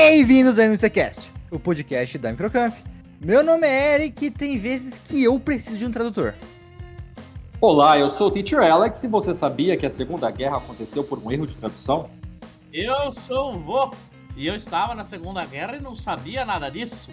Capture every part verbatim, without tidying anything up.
Bem-vindos ao MCCast, o podcast da Microcamp. Meu nome é Eric e tem vezes que eu preciso de um tradutor. Olá, eu sou o Teacher Alex e você sabia que a Segunda Guerra aconteceu por um erro de tradução? Eu sou o vô e eu estava na Segunda Guerra e não sabia nada disso.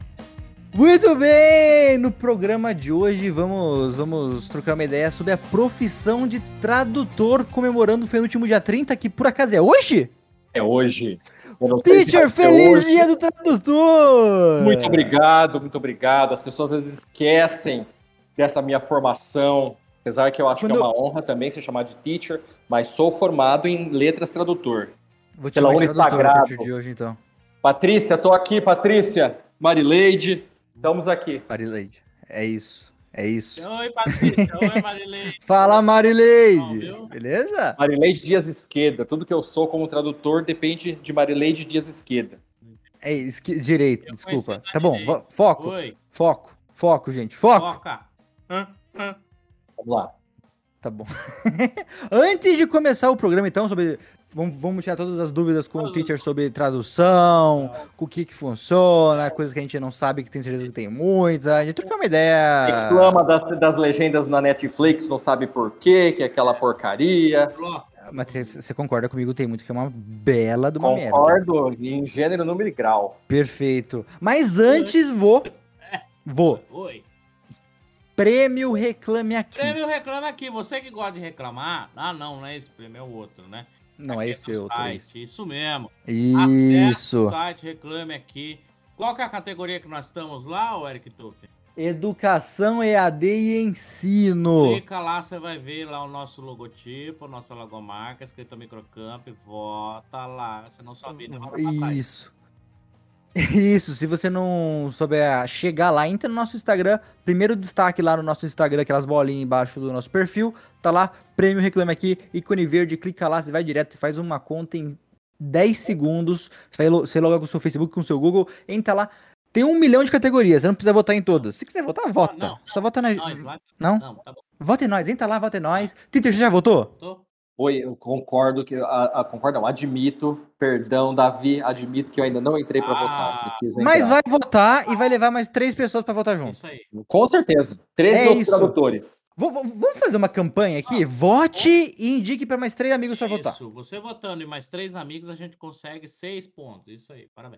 Muito bem! No programa de hoje vamos, vamos trocar uma ideia sobre a profissão de tradutor, comemorando o penúltimo dia trinta, que por acaso é hoje? É hoje. Teacher, feliz hoje. Dia do tradutor! Muito obrigado, muito obrigado. As pessoas às vezes esquecem dessa minha formação, apesar que eu acho Quando... que é uma honra também ser chamado de teacher, mas sou formado em letras tradutor. Vou te chamar de tradutor a partir de hoje, então. Patrícia, tô aqui, Patrícia. Marileide, estamos aqui. Marileide, é isso. É isso. Oi, Patrícia. Oi, Marileide. Fala, Marileide. Bom, beleza? Marileide Dias Esqueda. Tudo que eu sou como tradutor depende de Marileide Dias Esqueda. É, esqui... direito, eu desculpa. Tá bom, foco. Oi. Foco, foco, gente. Foco. Foca. Hã? Hã? Vamos lá. Tá bom. Antes de começar o programa, então, sobre... Vamos, vamos tirar todas as dúvidas com o teacher sobre tradução, com o que que funciona, coisas que a gente não sabe, que tem certeza que tem muitas. A gente troca uma ideia. Reclama das, das legendas na Netflix, não sabe por quê, que é aquela porcaria. Mas você concorda comigo, tem muito que é uma bela de uma Concordo, merda. Concordo, em gênero, número e grau. Perfeito. Mas antes vou... Vou. Oi. Prêmio Reclame Aqui. Prêmio Reclame Aqui. Você que gosta de reclamar... Ah, não, não é esse prêmio, é o outro, né? Não, aqui é esse é outro. Site, isso mesmo. Isso. Acesse o site, Reclame Aqui. Qual que é a categoria que nós estamos lá, o Eric Tuff? Educação, E A D e Ensino. Clica lá, você vai ver lá o nosso logotipo, nossa logomarca, escrita Microcamp, vota lá. Você não sabe, não vai matar isso. Isso, se você não souber chegar lá, entra no nosso Instagram, primeiro destaque lá no nosso Instagram, aquelas bolinhas embaixo do nosso perfil, tá lá, Prêmio Reclame Aqui, ícone verde, clica lá, você vai direto, você faz uma conta em dez segundos, você, vai, você loga com o seu Facebook, com o seu Google, entra lá, tem um milhão de categorias, você não precisa votar em todas, se quiser votar, vota, não, não, só vota na... Nós, lá... Não? Não, tá bom. Vota em nós, entra lá, vota em nós. Titer, você já votou? Tô. Oi, eu concordo que a, a, concordo, não, admito, perdão, Davi, admito que eu ainda não entrei para ah, votar. Preciso mas vai votar e vai levar mais três pessoas para votar junto. Isso aí. Com certeza. Três é outros tradutores. V vamos fazer uma campanha aqui? Ah, Vote e indique para mais três amigos para votar. Isso, você votando e mais três amigos, a gente consegue seis pontos. Isso aí, parabéns.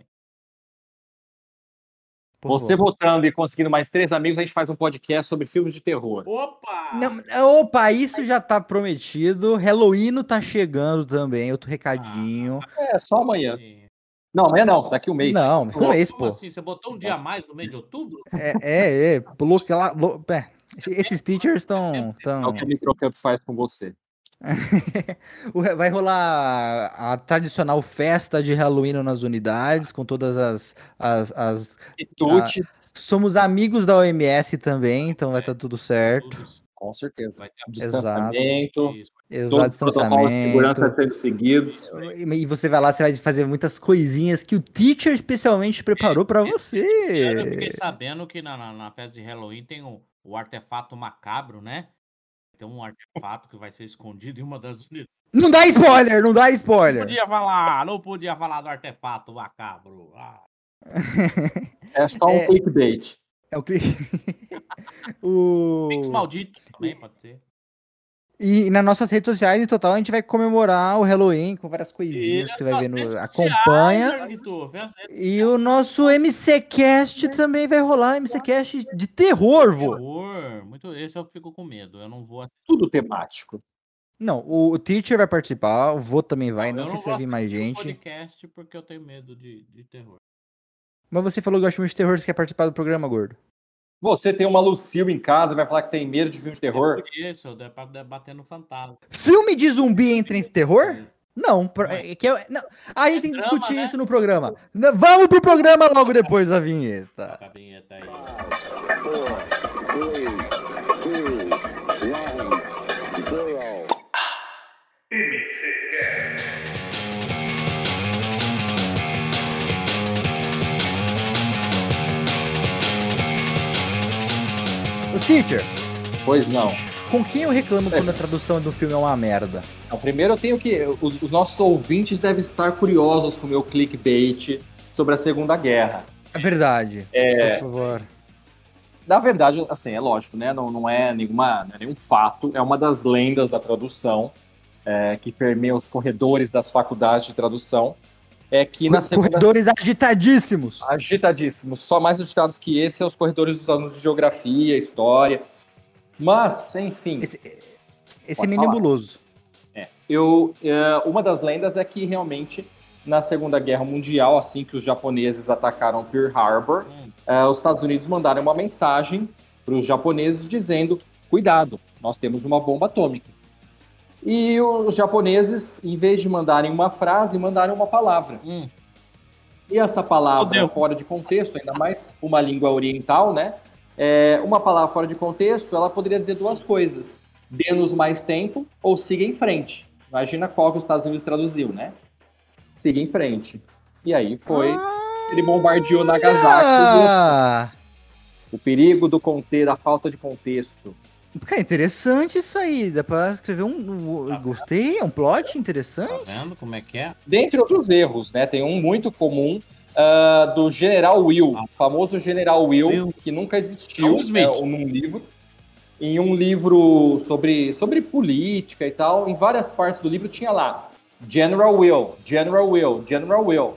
Por Você favor. Votando e conseguindo mais três amigos, a gente faz um podcast sobre filmes de terror. Opa! Não, opa, isso já tá prometido. Halloween tá chegando também, outro recadinho. Ah, é, só amanhã. Não, amanhã não, daqui um mês. Não, daqui um mês, Como pô. assim? Você botou um dia a mais no mês de outubro? É, é, é. Pulou aquela... É, esses teachers estão... Tão... É o que a Microcamp faz com você. Vai rolar a tradicional festa de Halloween nas unidades, com todas as... as, as a, somos amigos da O M S também, então vai estar tá tudo certo. Com certeza. Vai ter distanciamento, exato, distanciamento. De segurança sendo seguidos. E você vai lá, você vai fazer muitas coisinhas que o teacher especialmente preparou para você. Eu fiquei sabendo que na, na, na festa de Halloween tem o, o artefato macabro, né? Tem um artefato que vai ser escondido em uma das unidades. Não dá spoiler, não dá spoiler. Não podia falar, não podia falar do artefato macabro. Ah. É só um é, clickbait. É o clique. o... Pix maldito também pode ser. E nas nossas redes sociais, em total, a gente vai comemorar o Halloween com várias coisinhas e que você vai ver no... Acompanha. E o nosso MCCast também vai rolar, MCCast de terror, vô. Terror, muito... esse eu fico com medo, eu não vou assistir. Tudo temático. Não, o, o teacher vai participar, o vô também vai, não, não sei se vai vir mais gente. Podcast porque eu tenho medo de, de terror. Mas você falou que gosta muito de terror, você quer participar do programa, gordo? Você tem uma Lucille em casa, vai falar que tem medo de filme de terror? É por isso, é pra debater no fantasma. Filme de zumbi entra em terror? Não, é que eu, não. A gente é tem que discutir drama, isso né? no programa. Vamos pro programa logo depois da vinheta. A vinheta aí. Teacher. Pois não. Com quem eu reclamo é. quando a tradução do filme é uma merda? Não, primeiro eu tenho que... Os, os nossos ouvintes devem estar curiosos com o meu clickbait sobre a Segunda Guerra. É verdade. É, por favor. Na verdade, assim, é lógico, né? Não, não, é, nenhuma, não é nenhum fato, é uma das lendas da tradução é, que permeia os corredores das faculdades de tradução. É que na segunda... Corredores agitadíssimos. Agitadíssimos. Só mais agitados que esse são os corredores dos alunos de geografia, história. Mas, enfim... Esse, esse é meio nebuloso. É, eu, é, uma das lendas é que realmente na Segunda Guerra Mundial, assim que os japoneses atacaram Pearl Harbor, hum. é, os Estados Unidos mandaram uma mensagem para os japoneses dizendo: cuidado, nós temos uma bomba atômica. E os japoneses, em vez de mandarem uma frase, mandaram uma palavra. Hum. E essa palavra, oh, fora de contexto, ainda mais uma língua oriental, né? É, uma palavra fora de contexto, ela poderia dizer duas coisas: dê-nos mais tempo ou siga em frente. Imagina qual que os Estados Unidos traduziu, né? Siga em frente. E aí foi... Ah, ele bombardeou Nagasaki. Do, o perigo do conter, da falta de contexto. Cara, interessante isso aí. Dá pra escrever um... Tá Gostei, é um plot interessante. Tá vendo como é que é? Dentre outros erros, né? Tem um muito comum uh, do General Will. Ah. O famoso General Will, Will. que nunca existiu é, num livro. Em um livro sobre, sobre política e tal, em várias partes do livro tinha lá General Will, General Will, General Will.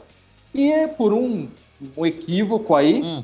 E por um, um equívoco aí, hum.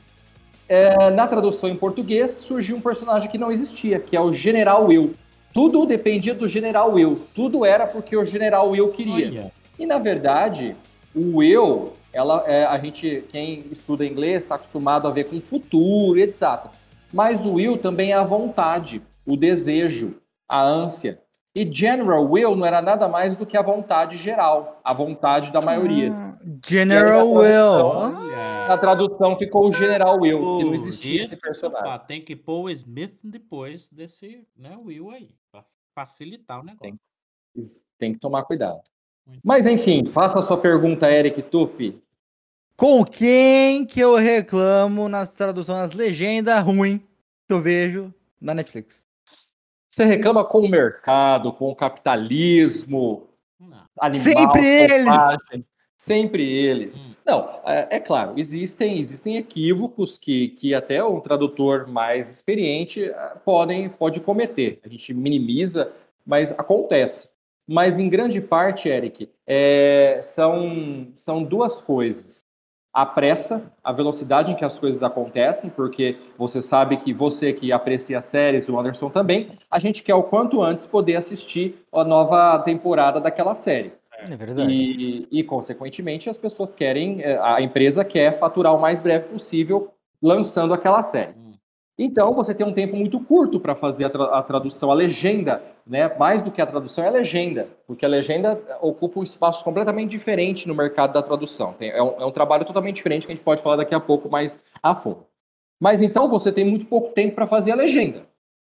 é, na tradução em português, surgiu um personagem que não existia, que é o General Will. Tudo dependia do General Will. Tudo era porque o General Will queria. Olha. E, na verdade, o Will, ela, é, a gente, quem estuda inglês, está acostumado a ver com o futuro, etcétera. Mas o will também é a vontade, o desejo, a ânsia. E General Will não era nada mais do que a vontade geral, a vontade da maioria. Ah, General Will. Na tradução ficou o General Will, Pô, que não existia esse personagem. Tem que pôr o Smith depois desse, né, Will aí, para facilitar o negócio. Tem, tem que tomar cuidado. Muito Mas enfim, faça a sua pergunta, Eric Tufi. Com quem que eu reclamo nas traduções, nas legendas ruins que eu vejo na Netflix? Você reclama com o mercado, com o capitalismo, animal, sempre selvagem, eles! Sempre eles. Hum. Não, é, é claro, existem, existem equívocos que, que até um tradutor mais experiente podem, pode cometer. A gente minimiza, mas acontece. Mas em grande parte, Eric, é, são, são duas coisas. A pressa, a velocidade em que as coisas acontecem, porque você sabe que você que aprecia séries, o Anderson também, a gente quer o quanto antes poder assistir a nova temporada daquela série. É verdade. E, e, consequentemente, as pessoas querem, a empresa quer faturar o mais breve possível lançando aquela série. Então, você tem um tempo muito curto para fazer a, tra a tradução, a legenda, né? Mais do que a tradução é a legenda, porque a legenda ocupa um espaço completamente diferente no mercado da tradução. Tem, é, um, é um trabalho totalmente diferente que a gente pode falar daqui a pouco mais a fundo. Mas então você tem muito pouco tempo para fazer a legenda.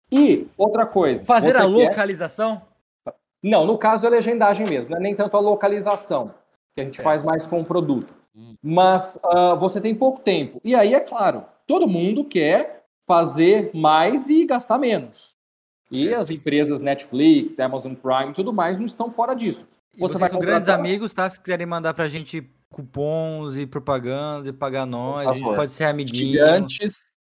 E outra coisa... Fazer a localização? Quer... Não, no caso é a legendagem mesmo, né? Nem tanto a localização, que a gente é. faz mais com o produto. Hum. Mas uh, você tem pouco tempo. E aí, é claro, todo mundo quer... fazer mais e gastar menos. E certo. As empresas Netflix, Amazon Prime, tudo mais, não estão fora disso. Você vai são contratar... grandes amigos, tá? Se quiserem mandar pra gente cupons e propagandas e pagar nós, a gente pode ser amiguinho. Gigantes.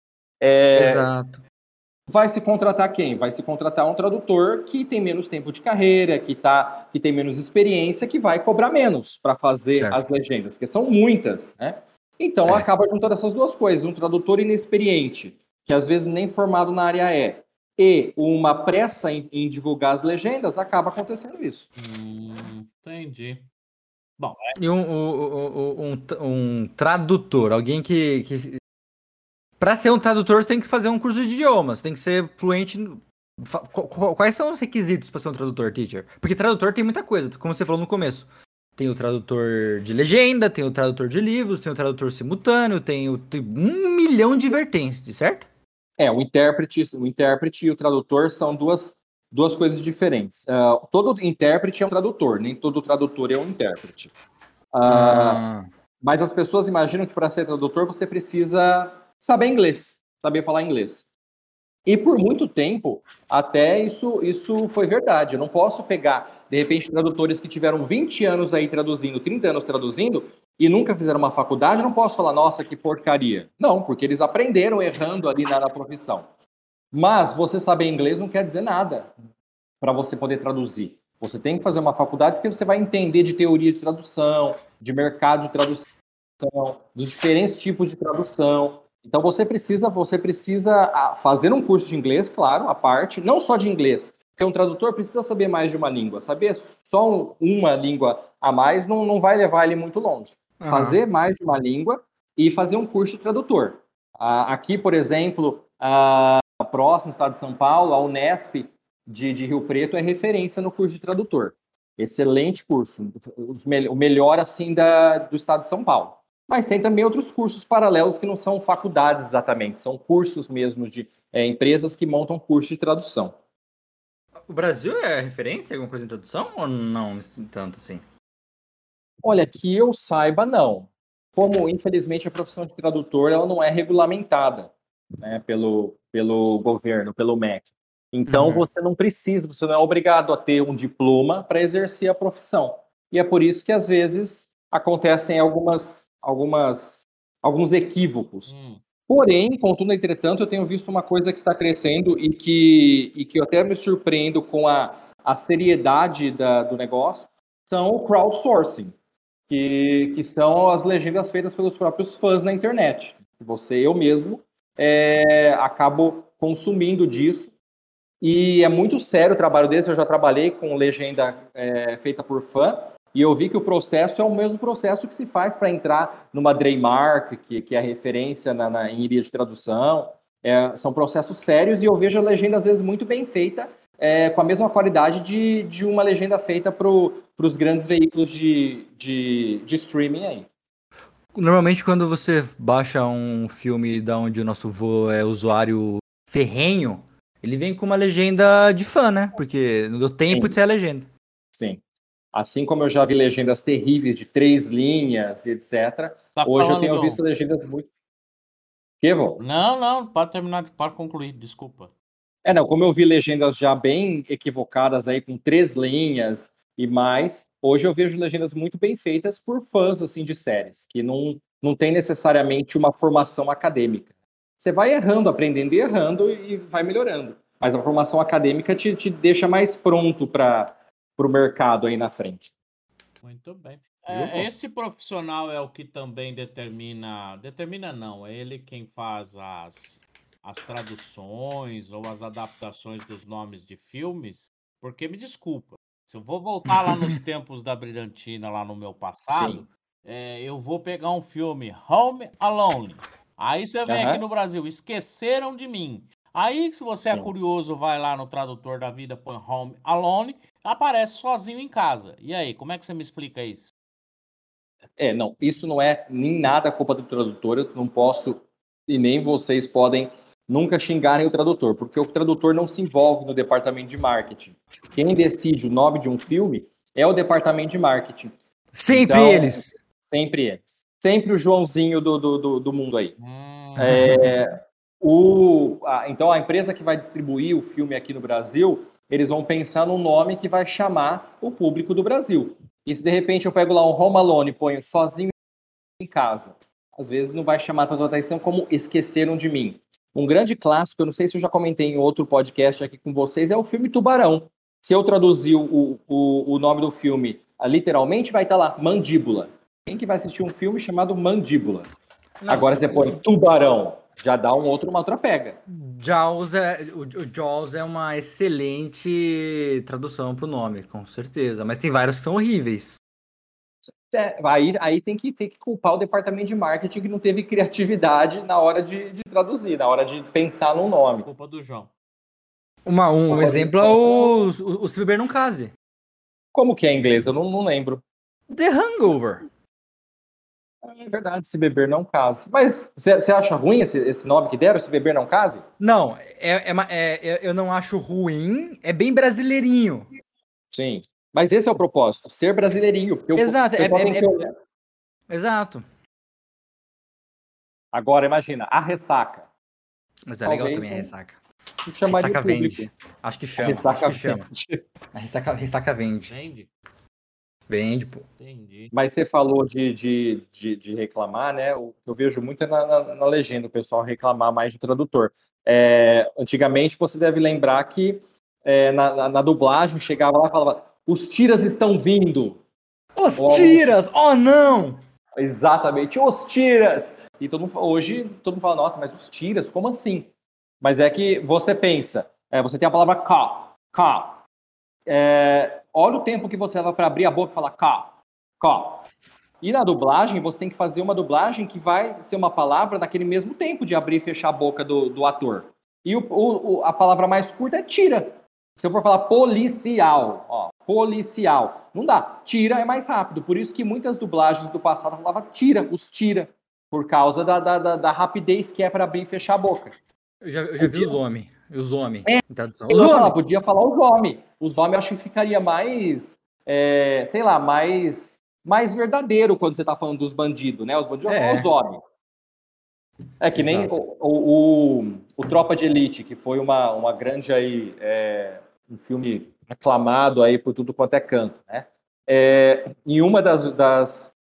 É... Exato. Vai se contratar quem? Vai se contratar um tradutor que tem menos tempo de carreira, que, tá, que tem menos experiência, que vai cobrar menos para fazer certo. As legendas, porque são muitas, né? Então, é. acaba juntando essas duas coisas. Um tradutor inexperiente, que às vezes nem formado na área é, e uma pressa em, em divulgar as legendas, acaba acontecendo isso. Hum, entendi. Bom, é... E um, um, um, um tradutor, alguém que... que... Para ser um tradutor, você tem que fazer um curso de idiomas, tem que ser fluente... Quais são os requisitos para ser um tradutor, teacher? Porque tradutor tem muita coisa, como você falou no começo. Tem o tradutor de legenda, tem o tradutor de livros, tem o tradutor simultâneo, tem, o, tem um milhão de vertentes, certo? É, o intérprete, o intérprete e o tradutor são duas, duas coisas diferentes. Uh, todo intérprete é um tradutor, nem todo tradutor é um intérprete. Uh, ah. Mas as pessoas imaginam que para ser tradutor você precisa saber inglês, saber falar inglês. E por muito tempo, até isso, isso foi verdade. Eu não posso pegar, de repente, tradutores que tiveram vinte anos aí traduzindo, trinta anos traduzindo, e nunca fizeram uma faculdade, eu não posso falar, nossa, que porcaria. Não, porque eles aprenderam errando ali na, na profissão. Mas você saber inglês não quer dizer nada para você poder traduzir. Você tem que fazer uma faculdade porque você vai entender de teoria de tradução, de mercado de tradução, dos diferentes tipos de tradução. Então você precisa, você precisa fazer um curso de inglês, claro, à parte, não só de inglês, porque um tradutor precisa saber mais de uma língua. Saber só uma língua a mais não, não vai levar ele muito longe. Uhum. Fazer mais de uma língua e fazer um curso de tradutor. Aqui, por exemplo, a próximo estado de São Paulo, a Unesp de, de Rio Preto é referência no curso de tradutor. Excelente curso, os me o melhor assim da, do estado de São Paulo. Mas tem também outros cursos paralelos que não são faculdades exatamente, são cursos mesmo de é, empresas que montam curso de tradução. O Brasil é referência em alguma coisa em tradução ou não tanto assim? Olha, que eu saiba, não. Como, infelizmente, a profissão de tradutor ela não é regulamentada, né, pelo, pelo governo, pelo M E C. Então, uhum. você não precisa, você não é obrigado a ter um diploma para exercer a profissão. E é por isso que, às vezes, acontecem algumas, algumas, alguns equívocos. Hum. Porém, contudo, entretanto, eu tenho visto uma coisa que está crescendo e que, e que eu até me surpreendo com a, a seriedade da, do negócio, são o crowdsourcing, que, que são as legendas feitas pelos próprios fãs na internet. Você, eu mesmo, é, acabo consumindo disso. E é muito sério o trabalho desse. Eu já trabalhei com legenda é, feita por fã, e eu vi que o processo é o mesmo processo que se faz para entrar numa Draymark, que, que é a referência na, na, em iria de tradução. É, são processos sérios, e eu vejo a legenda, às vezes, muito bem feita, é, com a mesma qualidade de, de uma legenda feita para os grandes veículos de, de, de streaming aí. Normalmente, quando você baixa um filme da onde o nosso vô é usuário ferrenho, ele vem com uma legenda de fã, né? Porque não deu tempo Sim. de ser a legenda. Sim. Assim como eu já vi legendas terríveis de três linhas e etcétera, tá hoje eu tenho do... visto legendas muito... Que, vô? Não, não, pode terminar, pode concluir, desculpa. É, não, como eu vi legendas já bem equivocadas aí, com três linhas e mais, hoje eu vejo legendas muito bem feitas por fãs, assim, de séries, que não, não tem necessariamente uma formação acadêmica. Você vai errando, aprendendo e errando e vai melhorando. Mas a formação acadêmica te, te deixa mais pronto para o mercado aí na frente. Muito bem. É, esse profissional é o que também determina... Determina não, é ele quem faz as, as traduções ou as adaptações dos nomes de filmes? Porque, me desculpa, se eu vou voltar lá nos tempos da Brilhantina, lá no meu passado, é, eu vou pegar um filme, Home Alone. Aí você vem uhum. aqui no Brasil, Esqueceram de Mim. Aí, se você Sim. é curioso, vai lá no tradutor da vida, põe Home Alone, aparece sozinho em casa. E aí, como é que você me explica isso? É, não, isso não é nem nada culpa do tradutor, eu não posso, e nem vocês podem nunca xingarem o tradutor, porque o tradutor não se envolve no departamento de marketing. Quem decide o nome de um filme é o departamento de marketing. Sempre então, eles. Sempre eles. Sempre o Joãozinho do, do, do, do mundo aí. Hum. É, o, a, então, a empresa que vai distribuir o filme aqui no Brasil, eles vão pensar num nome que vai chamar o público do Brasil. E se de repente eu pego lá um Home Alone e ponho Sozinho em Casa, às vezes não vai chamar tanta atenção como Esqueceram de Mim. Um grande clássico, eu não sei se eu já comentei em outro podcast aqui com vocês, é o filme Tubarão. Se eu traduzir o, o, o nome do filme literalmente, vai estar lá, Mandíbula. Quem que vai assistir um filme chamado Mandíbula? Não, Agora você põe Tubarão, já dá um outro, uma outra pega. Jaws é, o, o Jaws é uma excelente tradução pro nome, com certeza. Mas tem vários que são horríveis. É, aí, aí tem, que, tem que culpar o departamento de marketing que não teve criatividade na hora de, de traduzir, na hora de pensar num nome. Culpa do João. Uma, um um exemplo é o, o, o Se Beber Não Case. Como que é em inglês? Eu não, não lembro. The Hangover. É verdade, Se Beber Não Case. Mas você acha ruim esse, esse nome que deram, Se Beber Não Case? Não, é, é, é, eu não acho ruim, é bem brasileirinho. Sim, mas esse é o propósito, ser brasileirinho. Porque Exato, o, é, é, é, exato. Agora, imagina, A Ressaca. Mas é legal Talvez também a Ressaca. A ressaca vende. Acho que chama. A ressaca acho que chama. A ressaca, ressaca vende. Vende? Vende, pô. Entendi. Mas você falou de, de, de, de reclamar, né? O que eu vejo muito é na, na, na legenda, o pessoal reclamar mais do tradutor. É, antigamente, você deve lembrar que é, na, na, na dublagem chegava lá e falava: os tiras estão vindo. Os Ou, tiras! Oh, não! Exatamente, os tiras! E todo mundo, hoje todo mundo fala: nossa, mas os tiras, como assim? Mas é que você pensa, é, você tem a palavra cá, cá. É, olha o tempo que você leva para abrir a boca e falar cá, cá. E na dublagem, você tem que fazer uma dublagem que vai ser uma palavra naquele mesmo tempo de abrir e fechar a boca do, do ator. E o, o, a palavra mais curta é tira. Se eu for falar policial, ó, policial, não dá. Tira é mais rápido. Por isso que muitas dublagens do passado falavam tira, os tira. Por causa da, da, da, da rapidez que é para abrir e fechar a boca. Eu já, eu já vi os homens. Os homens. É, tradução. Os homens. Falar, podia falar os homens. Os homens eu acho que ficaria mais, é, sei lá, mais, mais verdadeiro quando você tá falando dos bandidos, né? Os bandidos é. Os homens. É que Exato. nem o, o, o, o Tropa de Elite, que foi uma, uma grande aí, é, um filme aclamado aí por tudo quanto é canto, né? É, em uma das, das,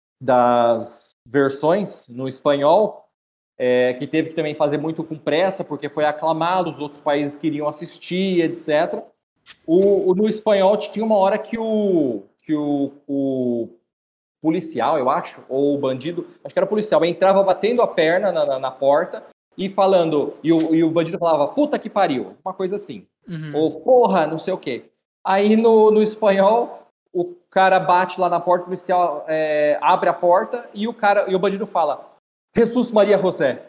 das versões no espanhol, É, que teve que também fazer muito com pressa, porque foi aclamado, os outros países queriam assistir, etcétera. O, o, no espanhol tinha uma hora que o, que o, o policial, eu acho, ou o bandido, acho que era o policial, entrava batendo a perna na, na, na porta e falando, e o, e o bandido falava, puta que pariu, uma coisa assim. Uhum. Ou porra, não sei o quê. Aí no, no espanhol, o cara bate lá na porta, o policial é, abre a porta e o, cara, e o bandido fala, Jesus Maria José.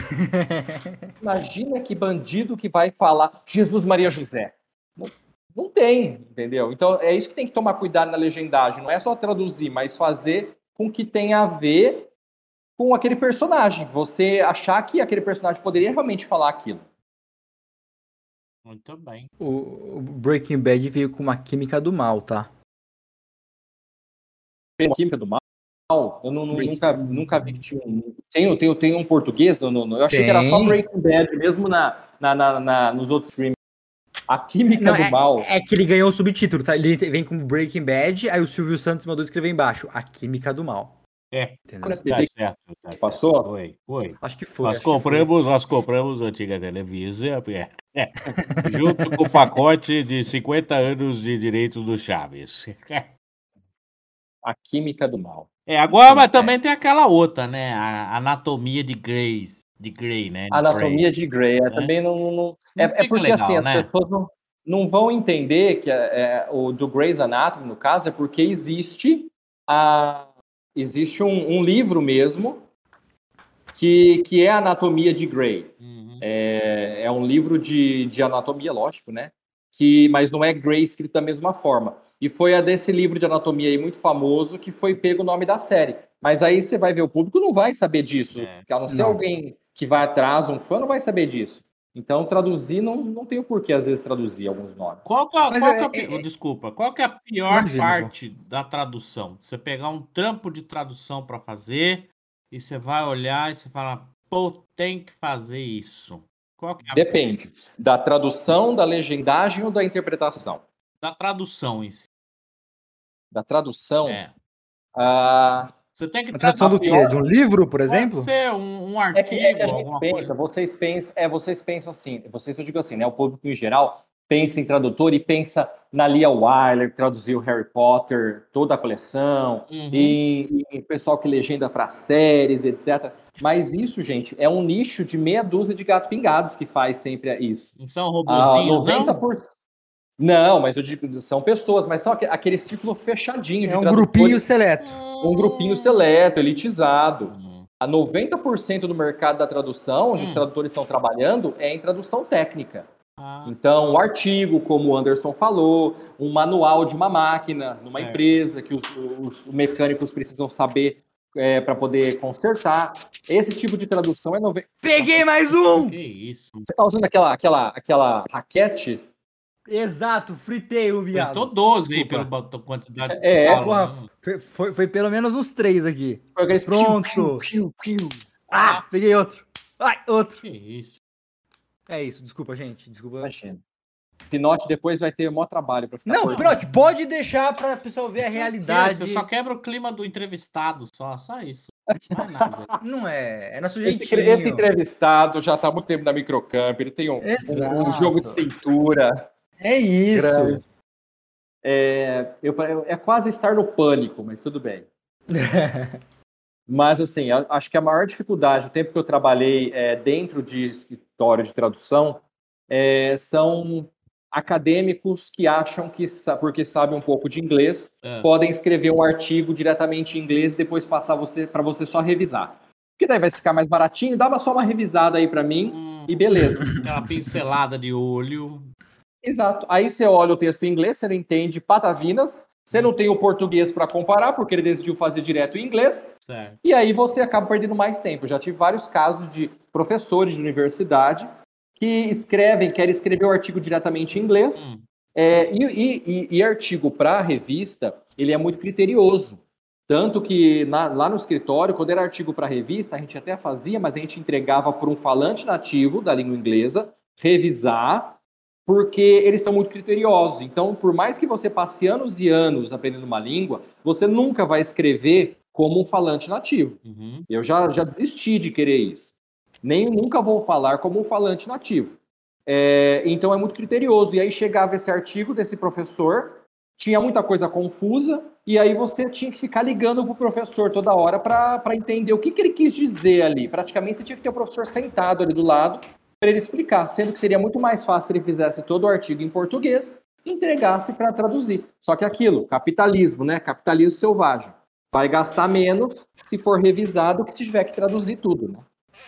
Imagina que bandido que vai falar Jesus Maria José. Não, não tem, entendeu? Então é isso que tem que tomar cuidado na legendagem. Não é só traduzir, mas fazer com que tenha a ver com aquele personagem. Você achar que aquele personagem poderia realmente falar aquilo. Muito bem. O, o Breaking Bad veio com uma química do mal, tá? Uma química do mal? Eu não, nunca, nunca vi que tinha um. Tem, tem, tem um português? No, no, eu achei tem. que era só Breaking Bad, mesmo na, na, na, na, nos outros streams. A química não, do é, mal. É que ele ganhou o subtítulo, tá? Ele vem com Breaking Bad, aí o Silvio Santos mandou escrever embaixo. A química do mal. É. Entendeu? Tá certo, tá Passou? Foi, foi. Acho que foi. Nós acho compramos, que foi. nós compramos a antiga Televisa, é, é, junto com o pacote de cinquenta anos de direitos do Chaves. A química do mal. É, agora, mas também tem aquela outra, né? A Anatomia de Grey, de Grey, né? De Anatomia Grey. de Grey. É, é. Também não. não, não é, é porque legal, assim, as né? pessoas não, não vão entender que é, o do Grey's Anatomy, no caso, é porque existe a. Existe um, um livro mesmo que, que é Anatomia de Grey. Uhum. É, é um livro de, de anatomia, lógico, né? Que, mas não é Grey escrito da mesma forma. E foi a desse livro de anatomia aí muito famoso que foi pego o nome da série. Mas aí você vai ver, o público não vai saber disso. É. A não ser não. alguém que vai atrás, um fã, não vai saber disso. Então, traduzir, não, não tem o porquê, às vezes, traduzir alguns nomes. Qual que é, qual é, que é, é, é, desculpa, qual que é a pior imagina, parte pô. da tradução? Você pegar um trampo de tradução para fazer e você vai olhar e você fala, pô, tem que fazer isso. Qual que é a... Depende. Da tradução, da legendagem ou da interpretação? Da tradução em si. Da tradução? É. Ah, você tem que a tradução do quê? De um livro, por exemplo? Pode ser um, um artigo, é que, é que a gente pensa, coisa. vocês pensam, é, vocês pensam assim, vocês eu digo assim, né? O público em geral pensa em tradutor e pensa na Lia Wyler, que traduziu Harry Potter, toda a coleção, uhum. e, e pessoal que legenda para séries, etcétera. Mas isso, gente, é um nicho de meia dúzia de gato pingados que faz sempre isso. Não são robozinhos, ah, noventa por cento... não? Não, mas eu digo, são pessoas, mas são aquele círculo fechadinho. É de um grupinho seleto. Um grupinho seleto, elitizado. Hum. A noventa por cento do mercado da tradução, onde hum. os tradutores estão trabalhando, é em tradução técnica. Ah. Então, um artigo, como o Anderson falou, um manual de uma máquina numa é. empresa que os, os mecânicos precisam saber é, para poder consertar. Esse tipo de tradução é... Nove... Peguei mais um! Que isso? Você tá usando aquela, aquela, aquela raquete? Exato, fritei o viado. Fritou doze aí pela quantidade de É, porra, foi, foi, foi pelo menos uns três aqui. Foi pronto. Piu, piu, piu. Ah, peguei outro. Ai, outro. Que isso? É isso, desculpa, gente. Desculpa. Imagina. Pinote depois vai ter maior trabalho para ficar. Não, Pinote, pode deixar para o pessoal ver a realidade. Você só quebra o clima do entrevistado, só, só isso. Não é nada. Não é, é nosso esse, jeitinho. esse entrevistado já está há muito tempo na Microcamp, ele tem um, um, um jogo de cintura. É isso. Grande. É, eu, é quase estar no pânico, mas tudo bem. Mas, assim, acho que a maior dificuldade, o tempo que eu trabalhei é, dentro de escritório de tradução, é, são acadêmicos que acham que, porque sabem um pouco de inglês, é. podem escrever um artigo diretamente em inglês e depois passar você, para você só revisar. Porque daí vai ficar mais baratinho, dá só uma revisada aí para mim hum, e beleza. Aquela pincelada de olho. Exato. Aí você olha o texto em inglês, você não entende patavinas, você não tem o português para comparar, porque ele decidiu fazer direto em inglês, certo. E aí você acaba perdendo mais tempo. Eu já tive vários casos de professores de universidade que escrevem, querem escrever o artigo diretamente em inglês, hum. é, e, e, e artigo para revista, ele é muito criterioso. Tanto que na, lá no escritório, quando era artigo para revista, a gente até fazia, mas a gente entregava por um falante nativo da língua inglesa, revisar, porque eles são muito criteriosos. Então, por mais que você passe anos e anos aprendendo uma língua, você nunca vai escrever como um falante nativo. Uhum. Eu já, já desisti de querer isso. Nem nunca vou falar como um falante nativo. É, então, é muito criterioso. E aí chegava esse artigo desse professor, tinha muita coisa confusa, e aí você tinha que ficar ligando para o professor toda hora para entender o que, que ele quis dizer ali. Praticamente, você tinha que ter o professor sentado ali do lado, para ele explicar, sendo que seria muito mais fácil se ele fizesse todo o artigo em português e entregasse para traduzir. Só que aquilo, capitalismo, né? Capitalismo selvagem. Vai gastar menos se for revisado que se tiver que traduzir tudo, né?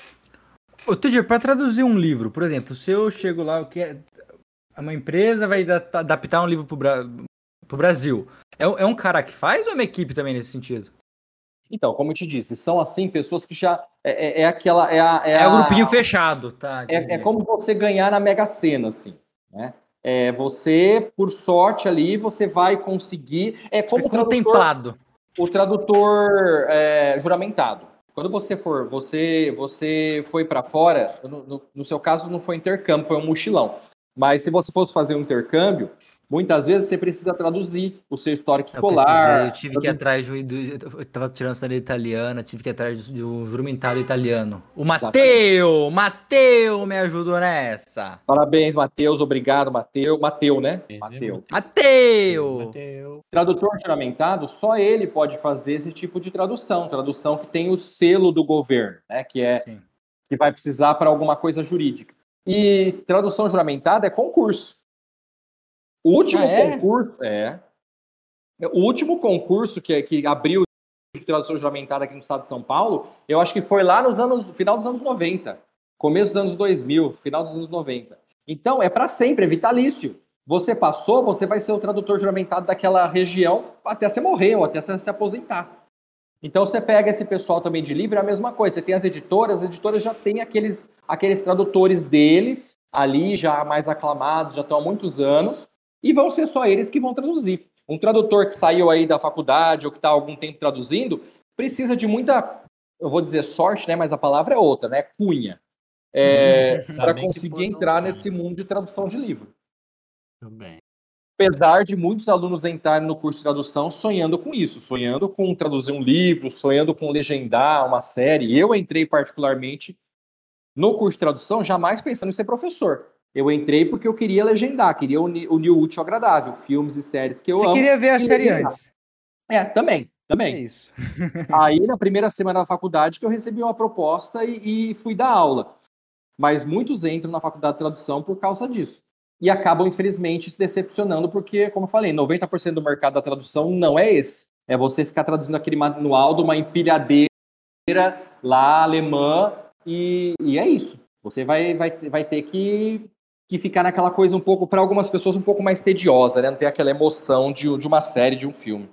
Ô, Tiger, para traduzir um livro, por exemplo, se eu chego lá, eu quero... uma empresa vai adaptar um livro para o Bra... Brasil, é, é um cara que faz ou é uma equipe também nesse sentido? Então, como eu te disse, são assim pessoas que já é, é, é aquela é a é, é a, o grupinho fechado, tá? É, é como você ganhar na Mega Sena, assim, né? É, você, por sorte ali, você vai conseguir. É como o tradutor, contemplado. O tradutor é, juramentado. Quando você for, você você foi para fora. No, no, no seu caso, não foi intercâmbio, foi um mochilão. Mas se você fosse fazer um intercâmbio, muitas vezes você precisa traduzir o seu histórico escolar. Eu, eu tive que ir atrás de. Eu estava tirando cidadania italiana, tive que ir atrás de um juramentado italiano. O Mateu! Mateu me ajudou nessa! Parabéns, Matheus. Obrigado, Mateu. Mateu, né? Mateu. Mateu! Tradutor juramentado, só ele pode fazer esse tipo de tradução. Tradução que tem o selo do governo, né? Que é Sim. que vai precisar para alguma coisa jurídica. E tradução juramentada é concurso. O último ah, é? concurso é o último concurso que, que abriu de tradução juramentada aqui no estado de São Paulo, eu acho que foi lá nos anos final dos anos noventa, começo dos anos dois mil, final dos anos noventa. Então é para sempre, é vitalício. Você passou, você vai ser o tradutor juramentado daquela região até você morrer ou até você se aposentar. Então você pega esse pessoal também de livro, é a mesma coisa. Você tem as editoras, as editoras já têm aqueles aqueles tradutores deles ali já mais aclamados, já estão há muitos anos. E vão ser só eles que vão traduzir. Um tradutor que saiu aí da faculdade ou que está há algum tempo traduzindo, precisa de muita, eu vou dizer sorte, né? Mas a palavra é outra, né? Cunha. É, para conseguir entrar nesse mundo de tradução de livro. Também. Apesar de muitos alunos entrarem no curso de tradução sonhando com isso, sonhando com traduzir um livro, sonhando com legendar uma série. Eu entrei particularmente no curso de tradução jamais pensando em ser professor. Eu entrei porque eu queria legendar, queria unir, unir o útil ao agradável, filmes e séries que eu Você amo. Você queria ver a série legendar. Antes? É, também, também. É isso. Aí, na primeira semana da faculdade, que eu recebi uma proposta e, e fui dar aula. Mas muitos entram na faculdade de tradução por causa disso. E acabam, infelizmente, se decepcionando, porque, como eu falei, noventa por cento do mercado da tradução não é esse. É você ficar traduzindo aquele manual de uma empilhadeira lá, alemã, e, e é isso. Você vai, vai, vai ter que... que ficar naquela coisa um pouco, para algumas pessoas, um pouco mais tediosa, né? Não tem aquela emoção de, de uma série, de um filme.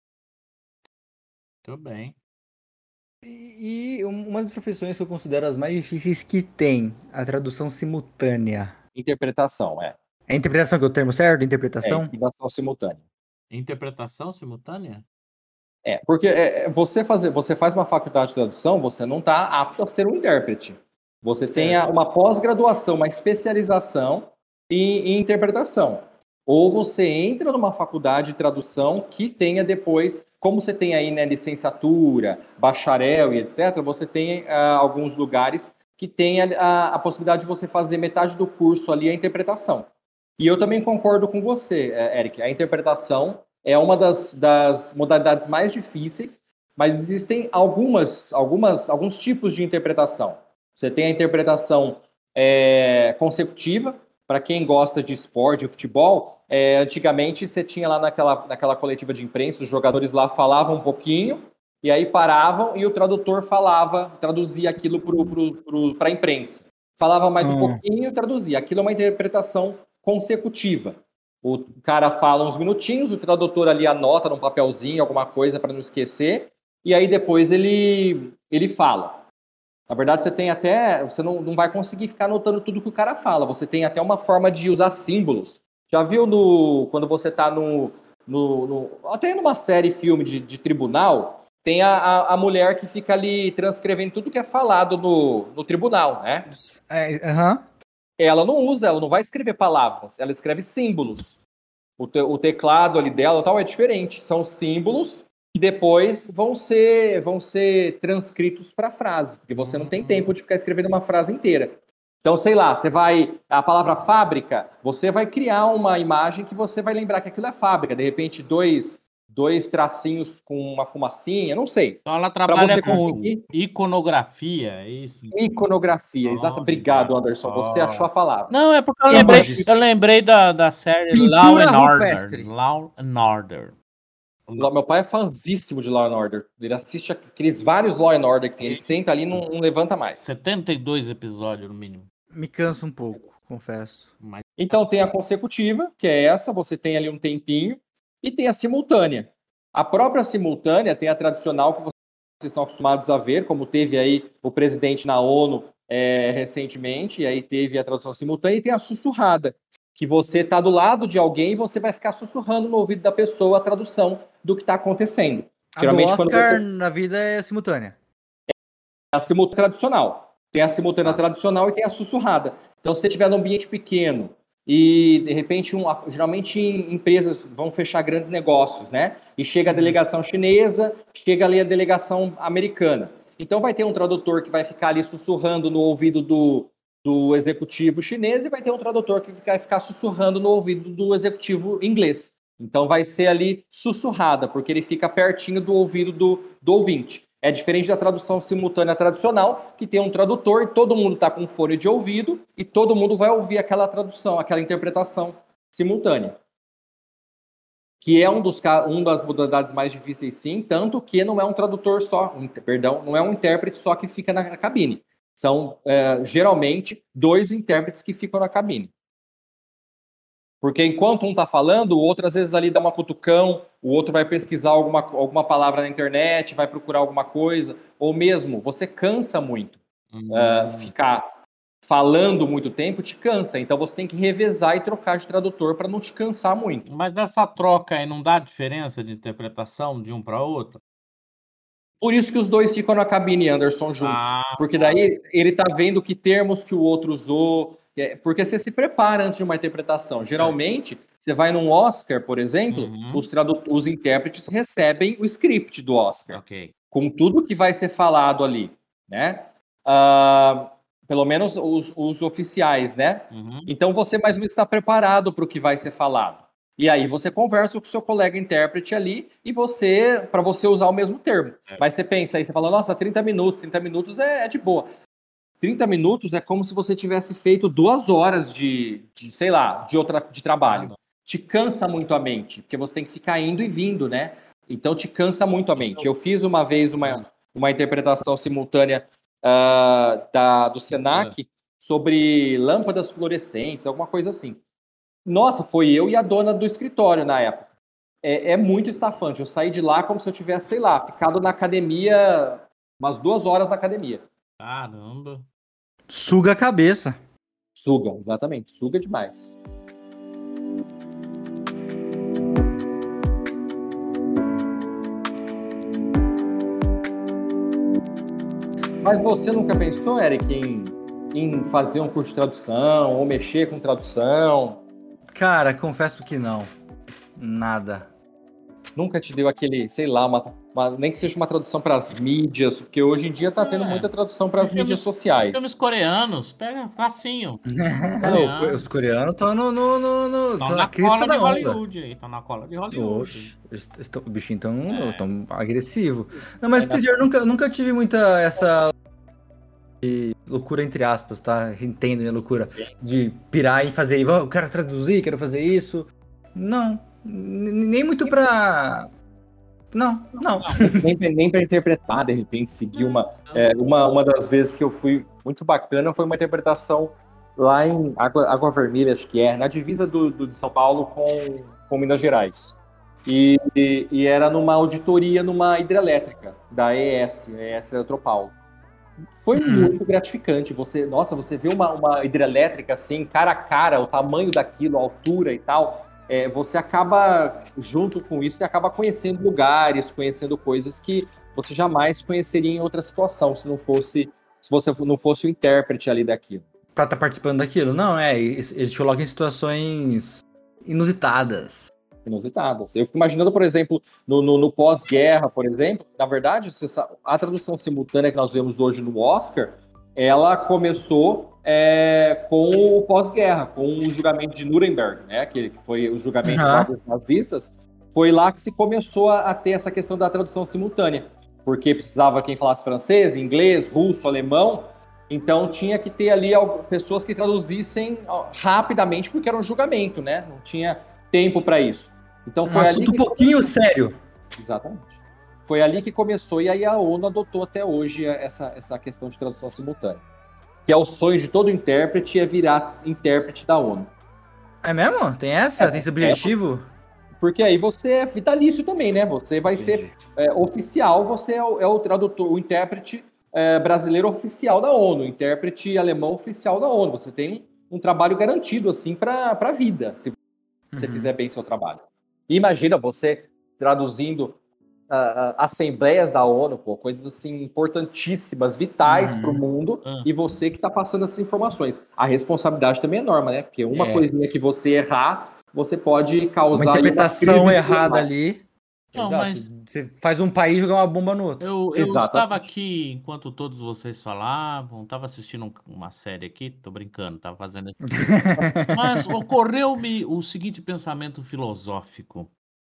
Muito bem. E, e uma das profissões que eu considero as mais difíceis que tem, a tradução simultânea. Interpretação, é. É interpretação que é o termo certo? Interpretação? É, interpretação simultânea. Interpretação simultânea? É, porque é, você, fazer, você faz uma faculdade de tradução, você não está apto a ser um intérprete. Você tem uma pós-graduação, uma especialização em, em interpretação. Ou você entra numa faculdade de tradução que tenha depois, como você tem aí, né, licenciatura, bacharel e etcétera, você tem uh, alguns lugares que tem a, a, a possibilidade de você fazer metade do curso ali a interpretação. E eu também concordo com você, Eric, a interpretação é uma das, das modalidades mais difíceis, mas existem algumas, algumas, alguns tipos de interpretação. Você tem a interpretação é, consecutiva. Para quem gosta de esporte, de futebol, é, antigamente você tinha lá naquela, naquela coletiva de imprensa, os jogadores lá falavam um pouquinho, e aí paravam e o tradutor falava, traduzia aquilo para a imprensa. Falava mais um hum. pouquinho e traduzia. Aquilo é uma interpretação consecutiva. O cara fala uns minutinhos, o tradutor ali anota num papelzinho alguma coisa para não esquecer, e aí depois ele, ele fala. Na verdade, você tem até. Você não, não vai conseguir ficar anotando tudo que o cara fala. Você tem até uma forma de usar símbolos. Já viu no, quando você está no, no, no. Até numa série, filme de, de tribunal, tem a, a, a mulher que fica ali transcrevendo tudo que é falado no, no tribunal, né? É, uh-huh. Ela não usa, ela não vai escrever palavras, ela escreve símbolos. O, te, o teclado ali dela tal é diferente. São símbolos que depois vão ser, vão ser transcritos para frase, porque você não tem tempo de ficar escrevendo uma frase inteira. Então, sei lá, você vai... A palavra fábrica, você vai criar uma imagem que você vai lembrar que aquilo é fábrica. De repente, dois, dois tracinhos com uma fumacinha, não sei. Então, ela trabalha você com conseguir... iconografia, é isso? Iconografia, oh, exato. Obrigado, Anderson. Você achou a palavra. Não, é porque eu lembrei, eu lembrei da, da série Law and Order. Law and Order. Meu pai é fãzíssimo de Law and Order. Ele assiste aqueles vários Law and Order que tem. Ele senta ali e não, não levanta mais. setenta e dois episódios, no mínimo. Me cansa um pouco, confesso. Mas... Então tem a consecutiva, que é essa. Você tem ali um tempinho. E tem a simultânea. A própria simultânea tem a tradicional que vocês estão acostumados a ver, como teve aí o presidente na ONU é, recentemente. E aí teve a tradução simultânea. E tem a sussurrada, que você está do lado de alguém e você vai ficar sussurrando no ouvido da pessoa a tradução do que está acontecendo. A Geralmente, do Oscar quando você... na vida é simultânea. É a simultânea tradicional. Tem a simultânea ah. tradicional e tem a sussurrada. Então, se você estiver num ambiente pequeno e, de repente, um, geralmente empresas vão fechar grandes negócios, né? E chega a delegação chinesa, chega ali a delegação americana. Então, vai ter um tradutor que vai ficar ali sussurrando no ouvido do, do executivo chinês e vai ter um tradutor que vai ficar sussurrando no ouvido do executivo inglês. Então vai ser ali sussurrada, porque ele fica pertinho do ouvido do, do ouvinte. É diferente da tradução simultânea tradicional, que tem um tradutor e todo mundo está com fone de ouvido e todo mundo vai ouvir aquela tradução, aquela interpretação simultânea. Que é um dos, um das modalidades mais difíceis, sim, tanto que não é um tradutor só, um, perdão, não é um intérprete só que fica na cabine. São, é, geralmente, dois intérpretes que ficam na cabine. Porque enquanto um está falando, o outro às vezes ali dá uma cutucão, o outro vai pesquisar alguma, alguma palavra na internet, vai procurar alguma coisa, ou mesmo, você cansa muito. Uhum. Uh, ficar falando muito tempo te cansa, então você tem que revezar e trocar de tradutor para não te cansar muito. Mas essa troca aí não dá diferença de interpretação de um para outro? Por isso que os dois ficam na cabine, Anderson, juntos. Ah, porque daí ele tá vendo que termos que o outro usou. Porque você se prepara antes de uma interpretação. Geralmente, é. você vai num Oscar, por exemplo, uhum. os, os intérpretes recebem o script do Oscar. Okay. Com tudo que vai ser falado ali, né? Uh, pelo menos os, os oficiais, né? Uhum. Então, você mais ou menos está preparado para o que vai ser falado. E aí você conversa com o seu colega intérprete ali e você, para você usar o mesmo termo. É. Mas você pensa aí, você fala, nossa, trinta minutos, trinta minutos é, é de boa. trinta minutos é como se você tivesse feito duas horas de, de sei lá, de outra de trabalho. Te cansa muito a mente, porque você tem que ficar indo e vindo, né? Então te cansa muito a mente. Eu fiz uma vez uma, uma interpretação simultânea uh, da, do Senac sobre lâmpadas fluorescentes, alguma coisa assim. Nossa, foi eu e a dona do escritório na época. É, é muito estafante. Eu saí de lá como se eu tivesse, sei lá, ficado na academia, umas duas horas na academia. Caramba. Suga a cabeça. Suga, exatamente. Suga demais. Mas você nunca pensou, Eric, em em fazer um curso de tradução ou mexer com tradução? Cara, confesso que não. Nada. Nunca te deu aquele, sei lá, uma, uma, nem que seja uma tradução para as mídias, porque hoje em dia tá tendo é. muita tradução para as mídias sociais. Filmes coreanos, pega facinho. Coreano. Os coreanos estão no, no, no, no tão na crista da Hollywood. Estão na cola de Hollywood. Oxe, estão, o bichinho tão, é. tão agressivo. Não, mas é, eu nunca, nunca tive muita essa loucura entre aspas, tá? Entendo minha loucura. De pirar e fazer, eu quero traduzir, quero fazer isso. Não. Nem muito pra... Não, não. Nem, nem pra interpretar, de repente, seguir uma... É, uma, uma das vezes que eu fui muito bacana foi uma interpretação lá em Água, Água Vermelha, acho que é, na divisa do, do, de São Paulo com, com Minas Gerais. E, e, e era numa auditoria numa hidrelétrica da E S, E S Eletropaulo. Foi hum. muito gratificante. Você, nossa, você vê uma, uma hidrelétrica assim, cara a cara, o tamanho daquilo, a altura e tal... É, você acaba, junto com isso, você acaba conhecendo lugares, conhecendo coisas que você jamais conheceria em outra situação, se não fosse, se você não fosse o intérprete ali daquilo. Pra estar tá participando daquilo? Não, é, eles te colocam em situações inusitadas. Inusitadas. Eu fico imaginando, por exemplo, no, no, no pós-guerra, por exemplo, na verdade, a tradução simultânea que nós vemos hoje no Oscar, ela começou é, com o pós-guerra, com o julgamento de Nuremberg, né, que, que foi o julgamento uhum. dos nazistas. Foi lá que se começou a, a ter essa questão da tradução simultânea, porque precisava quem falasse francês, inglês, russo, alemão, então tinha que ter ali pessoas que traduzissem rapidamente, porque era um julgamento, né, não tinha tempo para isso. Então foi um ali assunto um pouquinho começou... sério. Exatamente. Foi ali que começou, e aí a ONU adotou até hoje essa, essa questão de tradução simultânea. Que é o sonho de todo intérprete, é virar intérprete da ONU. É mesmo? Tem essa? É, Tem esse objetivo? É, porque aí você é vitalício também, né? Você vai Entendi. ser é, oficial, você é o, é o tradutor, o intérprete é, brasileiro oficial da ONU, intérprete alemão oficial da ONU. Você tem um, um trabalho garantido, assim, para a vida, se você uhum. fizer bem seu trabalho. E imagina você traduzindo Uh, assembleias da ONU, pô, coisas assim importantíssimas, vitais uhum. para o mundo, uhum. e você que está passando essas informações. A responsabilidade também é enorme, né? Porque uma é. coisinha que você errar, você pode causar uma interpretação uma errada ali. Não, Exato. Mas você faz um país jogar uma bomba no outro. Eu, eu estava aqui enquanto todos vocês falavam, estava assistindo uma série aqui, tô brincando, estava fazendo isso. Mas ocorreu-me o seguinte pensamento filosófico.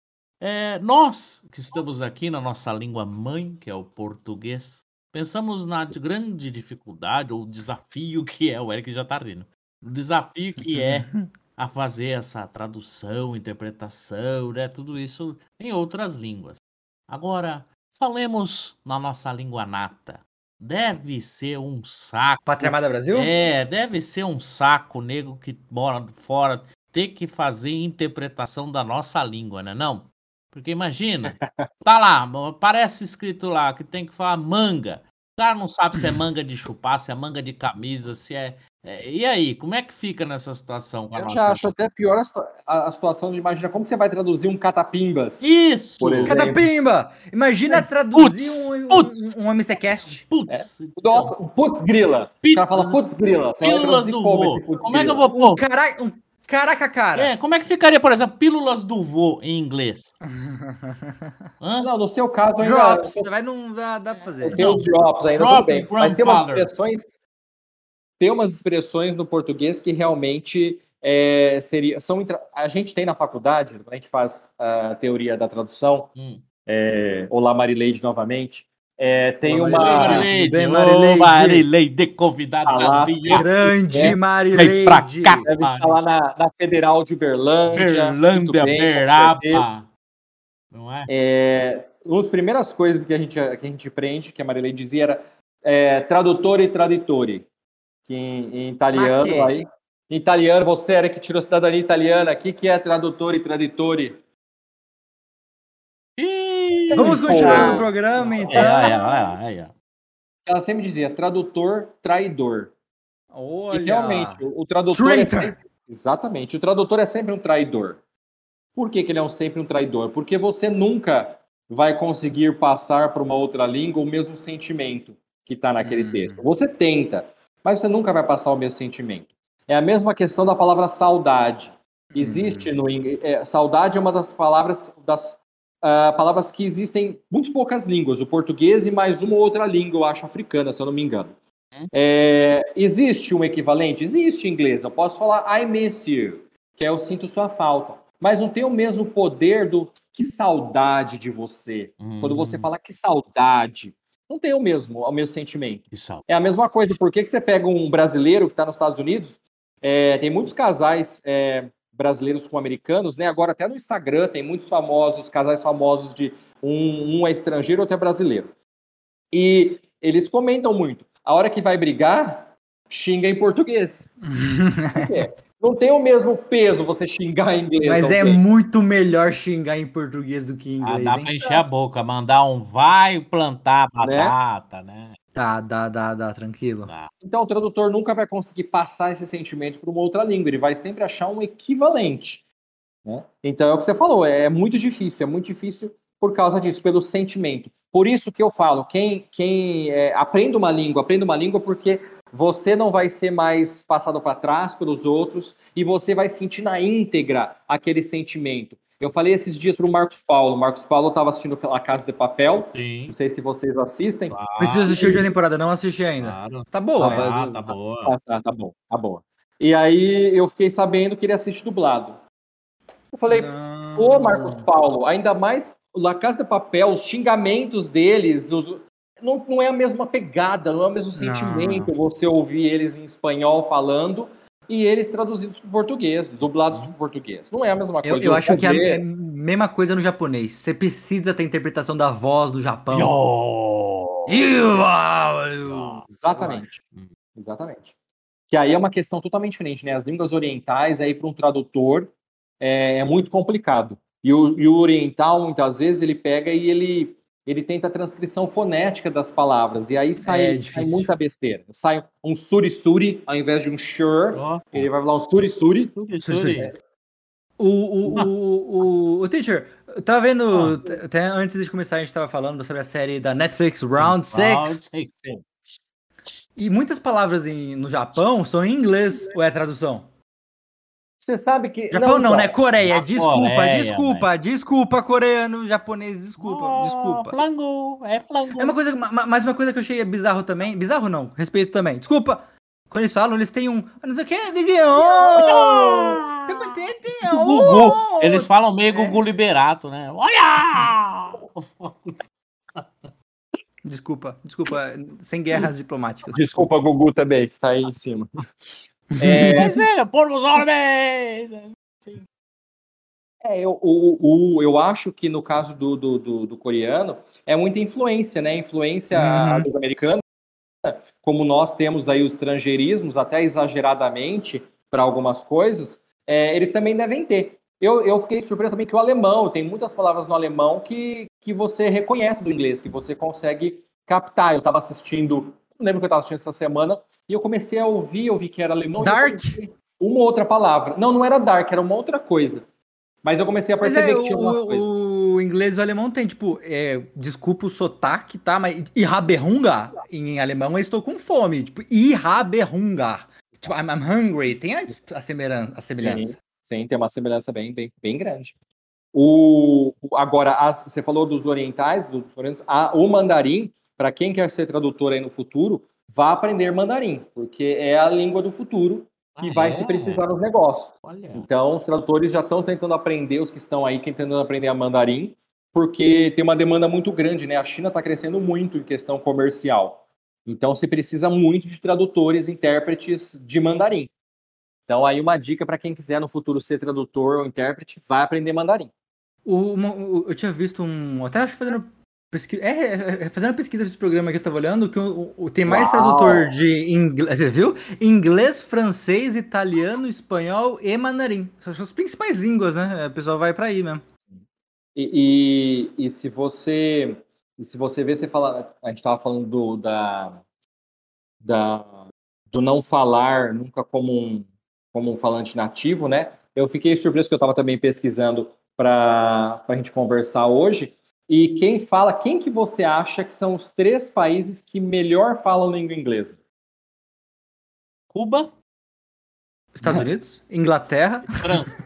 É, nós que estamos aqui na nossa língua mãe, que é o português, pensamos na Sim. grande dificuldade ou desafio que é, o Eric já tá rindo, o desafio que é a fazer essa tradução, interpretação, né, tudo isso em outras línguas. Agora, falemos na nossa língua nata. Deve ser um saco. Pátria Amada Brasil? É, deve ser um saco, nego que mora fora, ter que fazer interpretação da nossa língua, né, não? Porque imagina, tá lá, parece escrito lá que tem que falar manga. O cara não sabe se é manga de chupar, se é manga de camisa, se é... é... E aí, como é que fica nessa situação? Com a Eu nossa... já acho até pior a, a situação de imaginar como você vai traduzir um catapimbas. Isso! Por exemplo. Catapimba! Imagina traduzir putz, um, putz, um, um M C Cast. Putz, é. Nossa, um putz grila. P- o cara fala putz grila. Você vai traduzir do como vô. esse putz Como é que eu grila? vou pôr? Um cara... Um... Caraca, cara! É, como é que ficaria, por exemplo, pílulas do vô em inglês? Hã? Não, no seu caso ainda... Drops, você vai não dá, dá pra fazer. Tem os drops ainda, drops, tudo bem. Mas tem umas expressões... Tem umas expressões no português que realmente é, seria, são... A gente tem na faculdade, quando a gente faz a teoria da tradução, hum. é, olá Marileide novamente, É, tem Olá, uma... Marileide, bem, Marileide. Oh, Marileide, convidada da minha. Grande é. Marileide. Vem pra cá, deve estar lá na, na Federal de Uberlândia. Uberlândia, Beraba. Não é? é? Uma das primeiras coisas que a gente, que a gente aprende, que a Marileide dizia, era é, tradutor e traditore. Que em, em italiano, que? aí... Em italiano, você era que tirou cidadania italiana, o que, que é tradutor e traditore? Vamos continuar no programa, então. É, é, é, é. Ela sempre dizia tradutor, traidor. Olha. E realmente, o, o tradutor é sempre... Exatamente, o tradutor é sempre um traidor. Por que, que ele é um, sempre um traidor? Porque você nunca vai conseguir passar para uma outra língua o mesmo sentimento que está naquele hum. texto. Você tenta, mas você nunca vai passar o mesmo sentimento. É a mesma questão da palavra saudade. Existe hum. no é, saudade é uma das palavras das uh, palavras que existem em muito poucas línguas, o português e mais uma ou outra língua, eu acho, africana, se eu não me engano. Hum. É, existe um equivalente? Existe em inglês. Eu posso falar I miss you, que é eu sinto sua falta. Mas não tem o mesmo poder do que saudade de você. Hum. Quando você fala que saudade, não tem o mesmo, o mesmo sentimento. É a mesma coisa. Por que, que você pega um brasileiro que está nos Estados Unidos? É, tem muitos casais é, brasileiros com americanos, né? Agora até no Instagram tem muitos famosos, casais famosos de um, um é estrangeiro, outro é brasileiro. E eles comentam muito. A hora que vai brigar, xinga em português. Por quê? Não tem o mesmo peso você xingar em inglês. Mas é tem. Muito melhor xingar em português do que em inglês, ah, dá hein? pra encher a boca, mandar um vai plantar batata, né? né? Tá, dá, dá, dá, tranquilo. Dá. Então o tradutor nunca vai conseguir passar esse sentimento para uma outra língua, ele vai sempre achar um equivalente. Né? Então é o que você falou, é muito difícil, é muito difícil por causa disso, pelo sentimento. Por isso que eu falo, quem, quem é, aprenda uma língua, aprenda uma língua porque você não vai ser mais passado para trás pelos outros e você vai sentir na íntegra aquele sentimento. Eu falei esses dias para o Marcos Paulo. O Marcos Paulo estava assistindo A Casa de Papel. Sim. Não sei se vocês assistem. Claro. Preciso assistir a temporada, não assisti ainda. Claro. Tá boa, ah, é, tá boa. Tá, tá, tá bom, tá boa. E aí eu fiquei sabendo que ele assiste dublado. Eu falei, não. Pô, Marcos Paulo, ainda mais La Casa de Papel, os xingamentos deles, os... não, não é a mesma pegada, não é o mesmo sentimento não. Você ouvir eles em espanhol falando e eles traduzidos para o português, dublados para o português. Não é a mesma coisa. Eu, eu acho poder... que é a mesma coisa no japonês. Você precisa ter interpretação da voz do Japão. Yo! Exatamente. Exatamente. Que aí é uma questão totalmente diferente, né? As línguas orientais, aí para um tradutor, é, é muito complicado. E o, e o oriental, muitas vezes, ele pega e ele... ele tenta a transcrição fonética das palavras, e aí sai, é sai muita besteira. Sai um suri-suri ao invés de um sure, Nossa. Ele vai falar um suri-suri. Suri-suri. O, o, o, o, o teacher, eu tava vendo, ah. até antes de começar a gente tava falando sobre a série da Netflix Round six, e muitas palavras em, no Japão são em inglês, ou é a tradução? Você sabe que... Japão não, não né? Coreia. Desculpa, Coreia, desculpa, mas... desculpa, coreano, japonês, desculpa, oh, desculpa. Flango, é flango. É uma coisa, mais uma coisa que eu achei bizarro também. Bizarro não, respeito também. Desculpa. Quando eles falam, eles têm um... Não sei o que, oh! Gugu. Eles falam meio Gugu é. Liberato, né? Olha! Desculpa, desculpa. Sem guerras diplomáticas. Desculpa, Gugu também, que tá aí em cima. É, é por os homens! É, eu, o, o, eu acho que no caso do, do, do, do coreano é muita influência, né? Influência uhum. dos americanos, como nós temos aí os estrangeirismos, até exageradamente para algumas coisas, é, eles também devem ter. Eu, eu fiquei surpreso também que o alemão, tem muitas palavras no alemão que, que você reconhece do inglês, que você consegue captar. Eu estava assistindo, não lembro que eu estava assistindo essa semana, e eu comecei a ouvir, eu vi que era alemão. Dark? Uma outra palavra. Não, não era dark, era uma outra coisa. Mas eu comecei a perceber é, que tinha o, uma coisa. O inglês e o alemão tem, tipo, é, desculpa o sotaque, tá? Mas Ihaberunga, em alemão, eu estou com fome. Tipo, Ihaberunga. Tipo, I'm, I'm hungry. Tem a, a, semelhança. A semelhança. Sim, sim, tem uma semelhança bem, bem, bem grande. O, agora, as, você falou dos orientais, dos orientais, a, o mandarim, para quem quer ser tradutor aí no futuro, vá aprender mandarim, porque é a língua do futuro que ah, vai é? se precisar nos negócios. Olha. Então, os tradutores já estão tentando aprender, os que estão aí tentando aprender a mandarim, porque tem uma demanda muito grande, né? A China está crescendo muito em questão comercial. Então, se precisa muito de tradutores, intérpretes de mandarim. Então, aí uma dica para quem quiser no futuro ser tradutor ou intérprete, vai aprender mandarim. O, uma, eu tinha visto um... Até acho que fazendo... Pesquisa, é, é, fazendo pesquisa desse programa que eu tava olhando, que o, o, tem mais Uau. tradutor de inglês, você viu? Inglês, francês, italiano, espanhol e mandarim. São as principais línguas, né? O pessoal vai para aí mesmo. E, e, e se você e se você ver, você fala, a gente tava falando do, da, da, do não falar nunca como um, como um falante nativo, né? Eu fiquei surpreso que eu tava também pesquisando para a gente conversar hoje. E quem fala, quem que você acha que são os três países que melhor falam língua inglesa? Cuba? Estados Unidos? Inglaterra? França?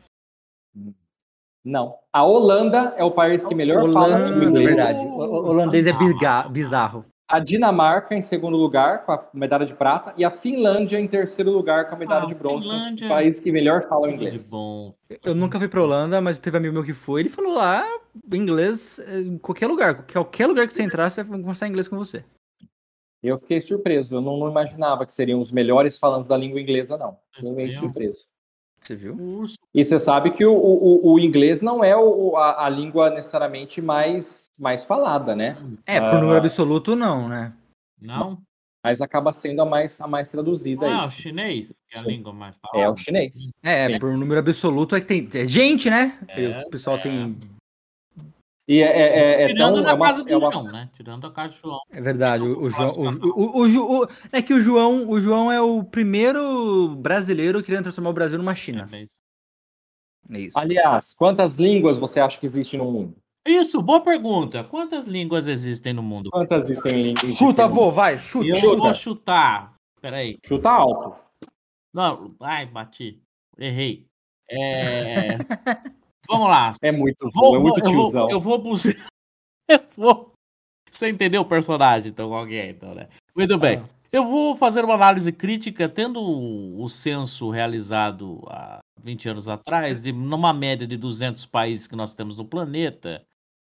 Não. A Holanda é o país que melhor Holanda, fala língua inglesa. verdade. O, o holandês é biga- bizarro. A Dinamarca em segundo lugar, com a medalha de prata, e a Finlândia em terceiro lugar, com a medalha Ah, de bronze. São os Finlândia. países que melhor falam Tudo de inglês. bom. Eu nunca fui pra Holanda, mas teve amigo meu que foi. Ele falou lá, inglês é, em qualquer lugar. Qualquer lugar que você entrar, você vai conversar inglês com você. Eu fiquei surpreso. Eu não, não imaginava que seriam os melhores falantes da língua inglesa, não. Fiquei meio Eu? surpreso. Você viu? Urso. E você sabe que o, o, o inglês não é o, a, a língua necessariamente mais, mais falada, né? É, por Ah, número absoluto, não, né? Não? Mas acaba sendo a mais, a mais traduzida Não é aí. o chinês, que é a Sim. língua mais falada? É o chinês. É, Sim. por número absoluto é que tem é gente, né? É, o pessoal é. tem. E é, é, é, é Tirando tão. na É uma, casa do é uma, João, né? Tirando a casa do João. É verdade, o, o João. O, Nossa, o, o, o, o- é que o João, o João é o primeiro brasileiro querendo transformar o Brasil numa China. É isso. É isso. aliás, quantas línguas você acha que existe no mundo? Isso, boa pergunta. Quantas línguas existem no mundo? Quantas existem línguas? Chuta, vô, vai, chuta, Eu chuta. vou chutar. Peraí. Chuta alto. Não, ai, bati. Errei. É... Vamos lá. É muito, Vou, é muito vou- eu vou, tiozão. eu vou buzinar. Eu vou. Você entendeu o personagem, então, qual que é, então, né? Muito bem. Ah. Eu vou fazer uma análise crítica, tendo o censo realizado há vinte anos atrás, de, numa média de duzentos países que nós temos no planeta,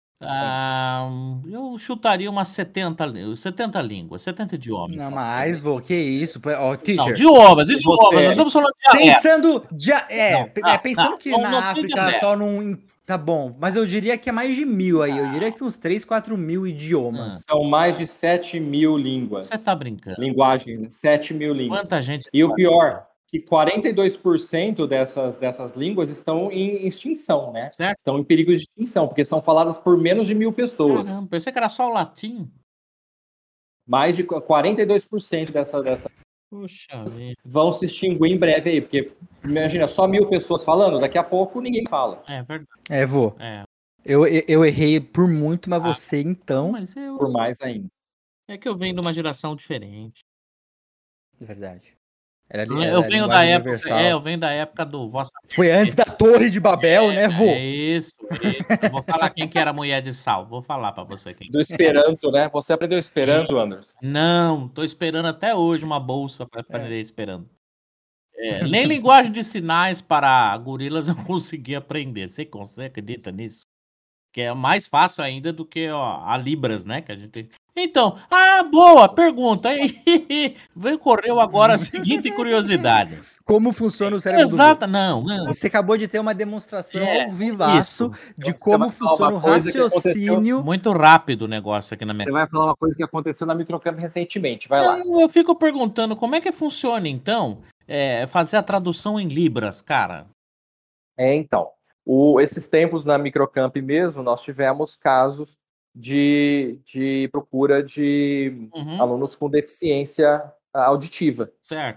ah, eu chutaria umas setenta, lí- setenta línguas, setenta idiomas. Não mais, vô, que isso? Pô, Ó, Não, teacher. idiomas, E idiomas, você? nós estamos falando de dialeto. Pensando. Já, é, Não, pe- não, é, pensando não, que não, na não tem África dialeto. só não. Tá bom, mas eu diria que é mais de mil aí. Eu diria que tem uns três, quatro mil idiomas. São mais de sete mil línguas. Você tá brincando. Linguagem, né? sete mil línguas. Quanta gente... E o pior, que quarenta e dois por cento dessas, dessas línguas estão em extinção, né? Certo? Estão em perigo de extinção, porque são faladas por menos de mil pessoas. Caramba, pensei que era só o latim. Mais de quarenta e dois por cento dessa, dessa Puxa vida. vão se extinguir em breve aí, porque imagina, só mil pessoas falando, daqui a pouco ninguém fala. É verdade. É, vô. É. Eu, eu, eu errei por muito, mas Ah, você então. Mas eu... Por mais ainda. É que eu venho de uma geração diferente. É verdade. Era, Eu, era eu venho da linguagem época, universal. é, eu venho da época do Vossa Foi antes da Torre de Babel, né, vô? É isso, isso. Eu vou falar quem que era a mulher de sal. Vou falar pra você quem. Do Esperanto, né? Você aprendeu Esperanto, Anderson? Não, tô esperando até hoje uma bolsa para aprender esperando. É, nem linguagem de sinais para gorilas eu consegui aprender. Você consegue, acredita nisso? Que é mais fácil ainda do que ó, a Libras, né? Que a gente tem. Então, ah, boa pergunta. Veio correu agora a seguinte curiosidade. Como funciona o cérebro do Exata, não, não. vô? Você acabou de ter uma demonstração É, ao vivaço isso. de Você como vai falar funciona o uma coisa que raciocínio. Muito rápido o negócio aqui na minha. Você vai falar uma coisa que aconteceu na Microcamp recentemente, vai lá. Eu, eu fico perguntando como é que funciona, então, é, fazer a tradução em Libras, cara. É, então, o, esses tempos na Microcamp mesmo, nós tivemos casos de, de procura de Uhum, alunos com deficiência auditiva. certo.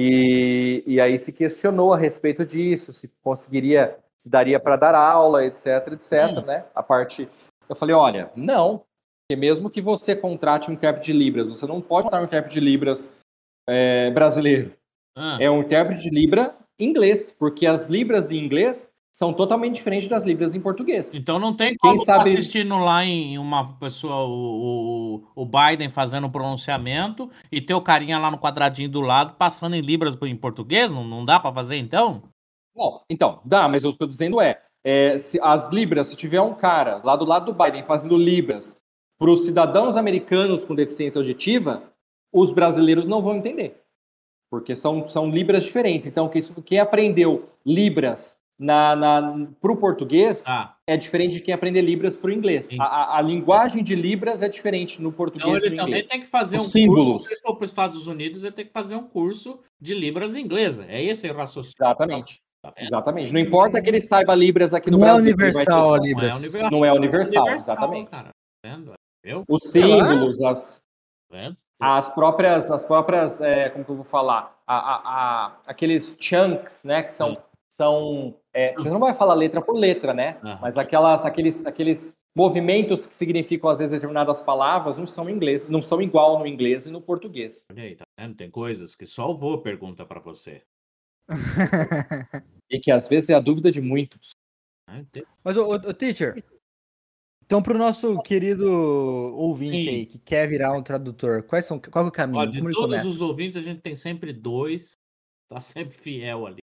E, e aí se questionou a respeito disso, se conseguiria, se daria para dar aula, etc, etc, Hum. né? A parte, eu falei, olha, não, porque mesmo que você contrate um intérprete de Libras, você não pode contratar um intérprete de Libras é, brasileiro. Ah, É um intérprete de Libra inglês, porque as Libras em inglês são totalmente diferentes das Libras em português. então não tem Quem como tá sabe- assistindo lá em uma pessoa, o, o, o Biden fazendo o pronunciamento e ter o carinha lá no quadradinho do lado passando em Libras em português? Não, não dá pra fazer, então? Bom, então, dá, mas o que eu tô dizendo é, é se as Libras, se tiver um cara lá do lado do Biden fazendo Libras para os cidadãos americanos com deficiência auditiva, os brasileiros não vão entender. Porque são, são Libras diferentes. Então, quem, quem aprendeu Libras na, na, para o português Ah, é diferente de quem aprender Libras para o inglês. Sim. A, a, a linguagem de Libras é diferente no então português e ele no também inglês. tem que fazer Os um símbolos. curso. Se ele for para os Estados Unidos, ele tem que fazer um curso de Libras inglesa. É esse o raciocínio. Exatamente. Tá vendo? Exatamente. Não importa que ele saiba Libras aqui no Não é Brasil. ele vai ter- universal a Não é Libras. universal. Não é universal, exatamente. Cara. Tá vendo? Viu? Os símbolos, as, Tá vendo? as próprias, as próprias, é, como que eu vou falar, a, a, a- aqueles chunks, né, que são, Hum. são é, você não vai falar letra por letra, né, Aham. mas aquelas, aqueles, aqueles movimentos que significam, às vezes, determinadas palavras não são inglês, não são igual no inglês e no português. Olha aí, tá vendo? Tem coisas que só o vô pergunta para você. E que, às vezes, é a dúvida de muitos. Mas, ô, ô teacher, então, para o nosso querido ouvinte Sim. aí, que quer virar um tradutor, quais são, qual é o caminho? Ó, de Como todos os ouvintes, a gente tem sempre dois, tá sempre fiel ali.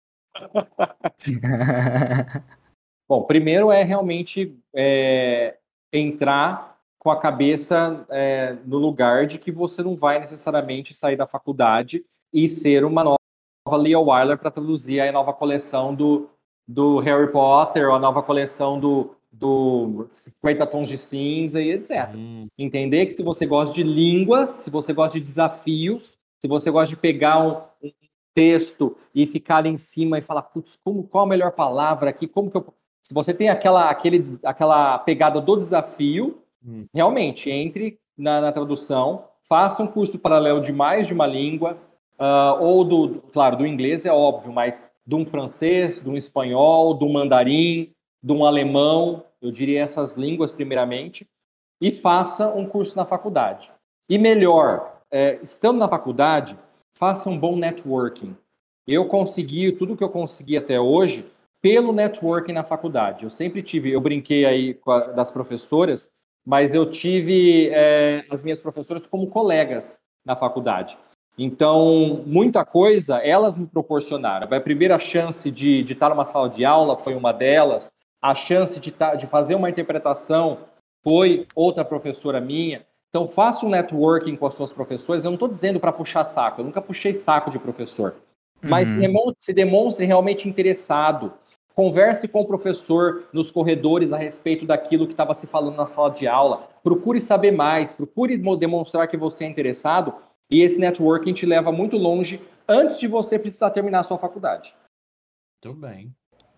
Bom, primeiro é realmente é, entrar com a cabeça é, no lugar de que você não vai necessariamente sair da faculdade e ser uma nova Lia Wyler para traduzir a nova coleção do, do Harry Potter, ou a nova coleção do, do cinquenta Tons de Cinza e etcétera. Hum. Entender que se você gosta de línguas, se você gosta de desafios, se você gosta de pegar um, um texto e ficar ali em cima e falar, putz, como, qual a melhor palavra aqui, como que eu... Se você tem aquela, aquele, aquela pegada do desafio, hum. realmente, entre na, na tradução, faça um curso paralelo de mais de uma língua, uh, ou, do, claro, do inglês é óbvio, mas de um francês, de um espanhol, de um mandarim, de um alemão, eu diria essas línguas primeiramente, e faça um curso na faculdade. E melhor, é, estando na faculdade, faça um bom networking. Eu consegui tudo que eu consegui até hoje pelo networking na faculdade. Eu sempre tive, eu brinquei aí com a, das professoras, mas eu tive é, as minhas professoras como colegas na faculdade. Então, muita coisa elas me proporcionaram. A primeira chance de, de estar numa sala de aula foi uma delas, a chance de, de fazer uma interpretação foi outra professora minha. Então, faça um networking com as suas professoras. Eu não estou dizendo para puxar saco, eu nunca puxei saco de professor. Mas uhum. se demonstre realmente interessado. Converse com o professor nos corredores a respeito daquilo que estava se falando na sala de aula. Procure saber mais, procure demonstrar que você é interessado. E esse networking te leva muito longe antes de você precisar terminar a sua faculdade. Muito bem.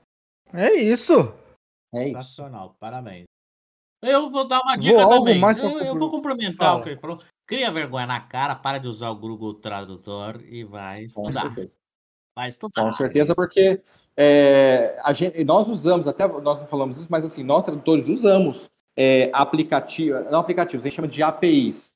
É isso. É isso. Sensacional, parabéns. Eu vou dar uma dica vou também. Mais eu, eu vou complementar Fala. o que ele falou. Cria vergonha na cara, para de usar o Google Tradutor e vai estudar. Com certeza. Vai estudar. Com certeza, porque é, a gente, nós usamos, até nós não falamos isso, mas assim, nós tradutores usamos é, aplicativos, não aplicativos, a gente chama de A P Is,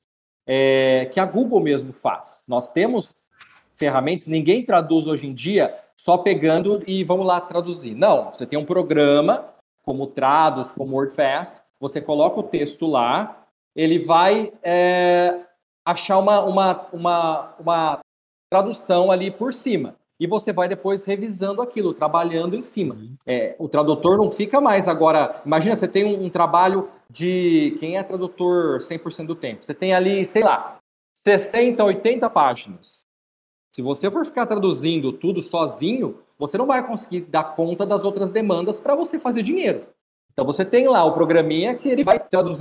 é, que a Google mesmo faz. Nós temos ferramentas, ninguém traduz hoje em dia só pegando e vamos lá traduzir. Não, você tem um programa, como Trados, como WordFast, você coloca o texto lá, ele vai é, achar uma, uma, uma, uma tradução ali por cima. E você vai depois revisando aquilo, trabalhando em cima. É, o tradutor não fica mais agora... Imagina, você tem um, um trabalho de... Quem é tradutor cem por cento do tempo? Você tem ali, sei lá, sessenta, oitenta páginas. Se você for ficar traduzindo tudo sozinho, você não vai conseguir dar conta das outras demandas para você fazer dinheiro. Então, você tem lá o programinha que ele vai traduzir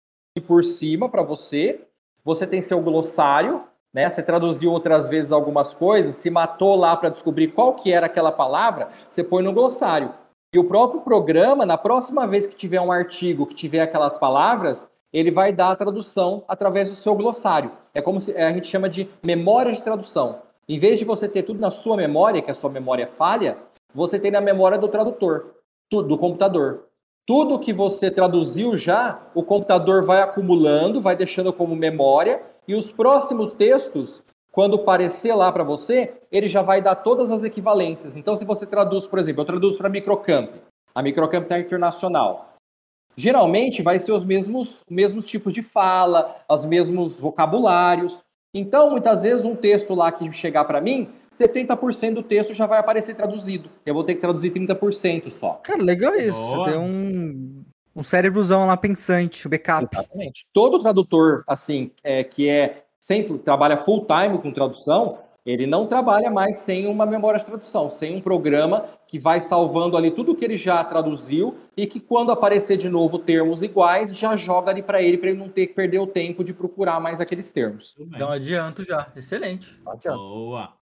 por cima para você. Você tem seu glossário, né? Você traduziu outras vezes algumas coisas, se matou lá para descobrir qual que era aquela palavra, você põe no glossário. E o próprio programa, na próxima vez que tiver um artigo que tiver aquelas palavras, ele vai dar a tradução através do seu glossário. É como se a gente chama de memória de tradução. Em vez de você ter tudo na sua memória, que a sua memória falha, você tem na memória do tradutor, do computador. Tudo que você traduziu já, o computador vai acumulando, vai deixando como memória, e os próximos textos, quando aparecer lá para você, ele já vai dar todas as equivalências. Então, se você traduz, por exemplo, eu traduzo para Microcamp, a Microcamp está internacional. Geralmente vai ser os mesmos, mesmos tipos de fala, os mesmos vocabulários. Então, muitas vezes, um texto lá que chegar para mim, setenta por cento do texto já vai aparecer traduzido. Eu vou ter que traduzir trinta por cento só. Cara, legal isso. Boa. Você tem um, um cérebrozão lá pensante, backup. Exatamente. Todo tradutor, assim, é, que é sempre trabalha full time com tradução, ele não trabalha mais sem uma memória de tradução, sem um programa que vai salvando ali tudo que ele já traduziu e que quando aparecer de novo termos iguais, já joga ali para ele, para ele não ter que perder o tempo de procurar mais aqueles termos. Então adianto já. Excelente. Adianto. Boa.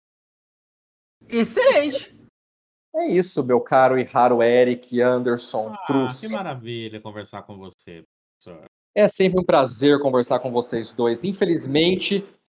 Excelente. É isso, meu caro e raro Eric Anderson ah, Cruz. Que maravilha conversar com você, professor. É sempre um prazer conversar com vocês dois. Infelizmente,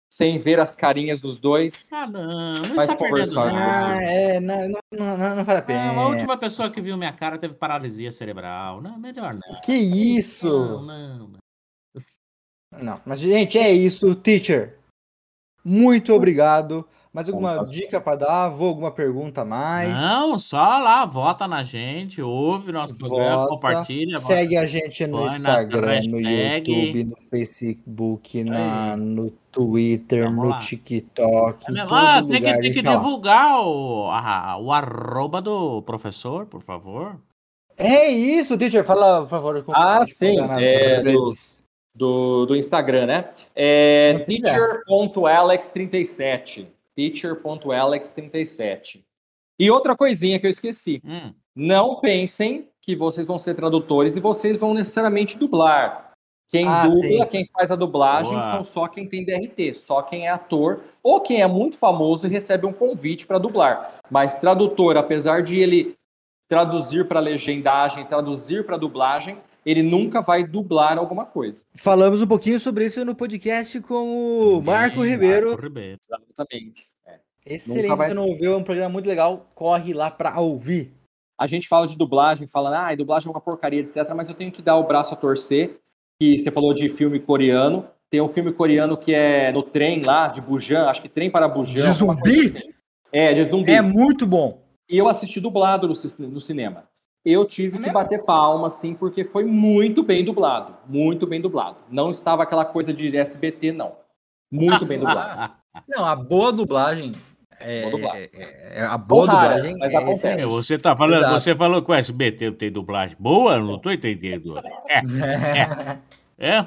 sem ver as carinhas dos dois. Ah, não, não Mas está perdendo conversar. nada. Ah, é, não, não, não, não vale a É, pena. a última pessoa que viu minha cara teve paralisia cerebral. Não, melhor não. Que isso? Não, não, não. Não, mas gente, é isso, teacher. Muito obrigado. Mais alguma Vamos dica para dar? Vou alguma pergunta a mais? Não, só lá, vota na gente, ouve nosso programa, Vota, compartilha. segue vota, a gente no põe nas Instagram, no hashtag. YouTube, no Facebook, na, Aí. no Twitter, Vamos no lá. TikTok, É em mesmo? todo Ah, lugar tem que, a tem gente que tá lá. divulgar o, a- o arroba do professor, por favor. É isso, teacher, fala, por favor. Como Ah, pode sim, encontrar nas é, redes. Do, do Instagram, né? É Quando quiser. teacher ponto alex trinta e sete. teacher ponto alex trinta e sete. E outra coisinha que eu esqueci. Hum. Não pensem que vocês vão ser tradutores e vocês vão necessariamente dublar. Quem Ah, dubla, sim. quem faz a dublagem Boa. são só quem tem D R T, só quem é ator ou quem é muito famoso e recebe um convite para dublar. Mas tradutor, apesar de ele traduzir para legendagem, traduzir para dublagem, ele nunca vai dublar alguma coisa. Falamos um pouquinho sobre isso no podcast com o Marco Bem, Ribeiro. Marco Ribeiro. Exatamente. É. Excelente, Nunca vai- se você não ouviu, é um programa muito legal. Corre lá pra ouvir. A gente fala de dublagem, fala, ah, dublagem é uma porcaria, etcétera. Mas eu tenho que dar o braço a torcer. Que você falou de filme coreano. Tem um filme coreano que é no trem lá, de Busan, acho que Trem para Busan. De alguma zumbi? coisa assim. É, de zumbi. É muito bom. E eu assisti dublado no, ci- no cinema. Eu tive É que mesmo? bater palma, assim, porque foi muito bem dublado. Muito bem dublado. Não estava aquela coisa de S B T, não. Muito bem dublado. Não, a boa dublagem. É, Boa dublagem. é- é- é- a boa raras, dublagem mas é acontece. É, excelente. você tá falando, Exato. você falou que o S B T tem dublagem boa? Não tô entendendo. É, é.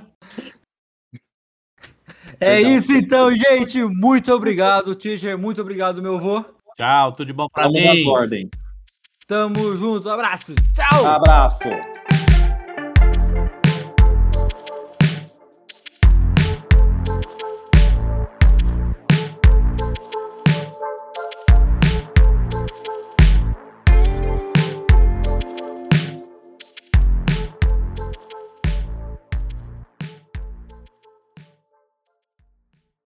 É Perdão. isso então, gente. Muito obrigado, teacher. Muito obrigado, meu avô. Tchau, tudo de bom pra Vamos nas mim. ordens. Tamo junto. Abraço. Tchau. Abraço.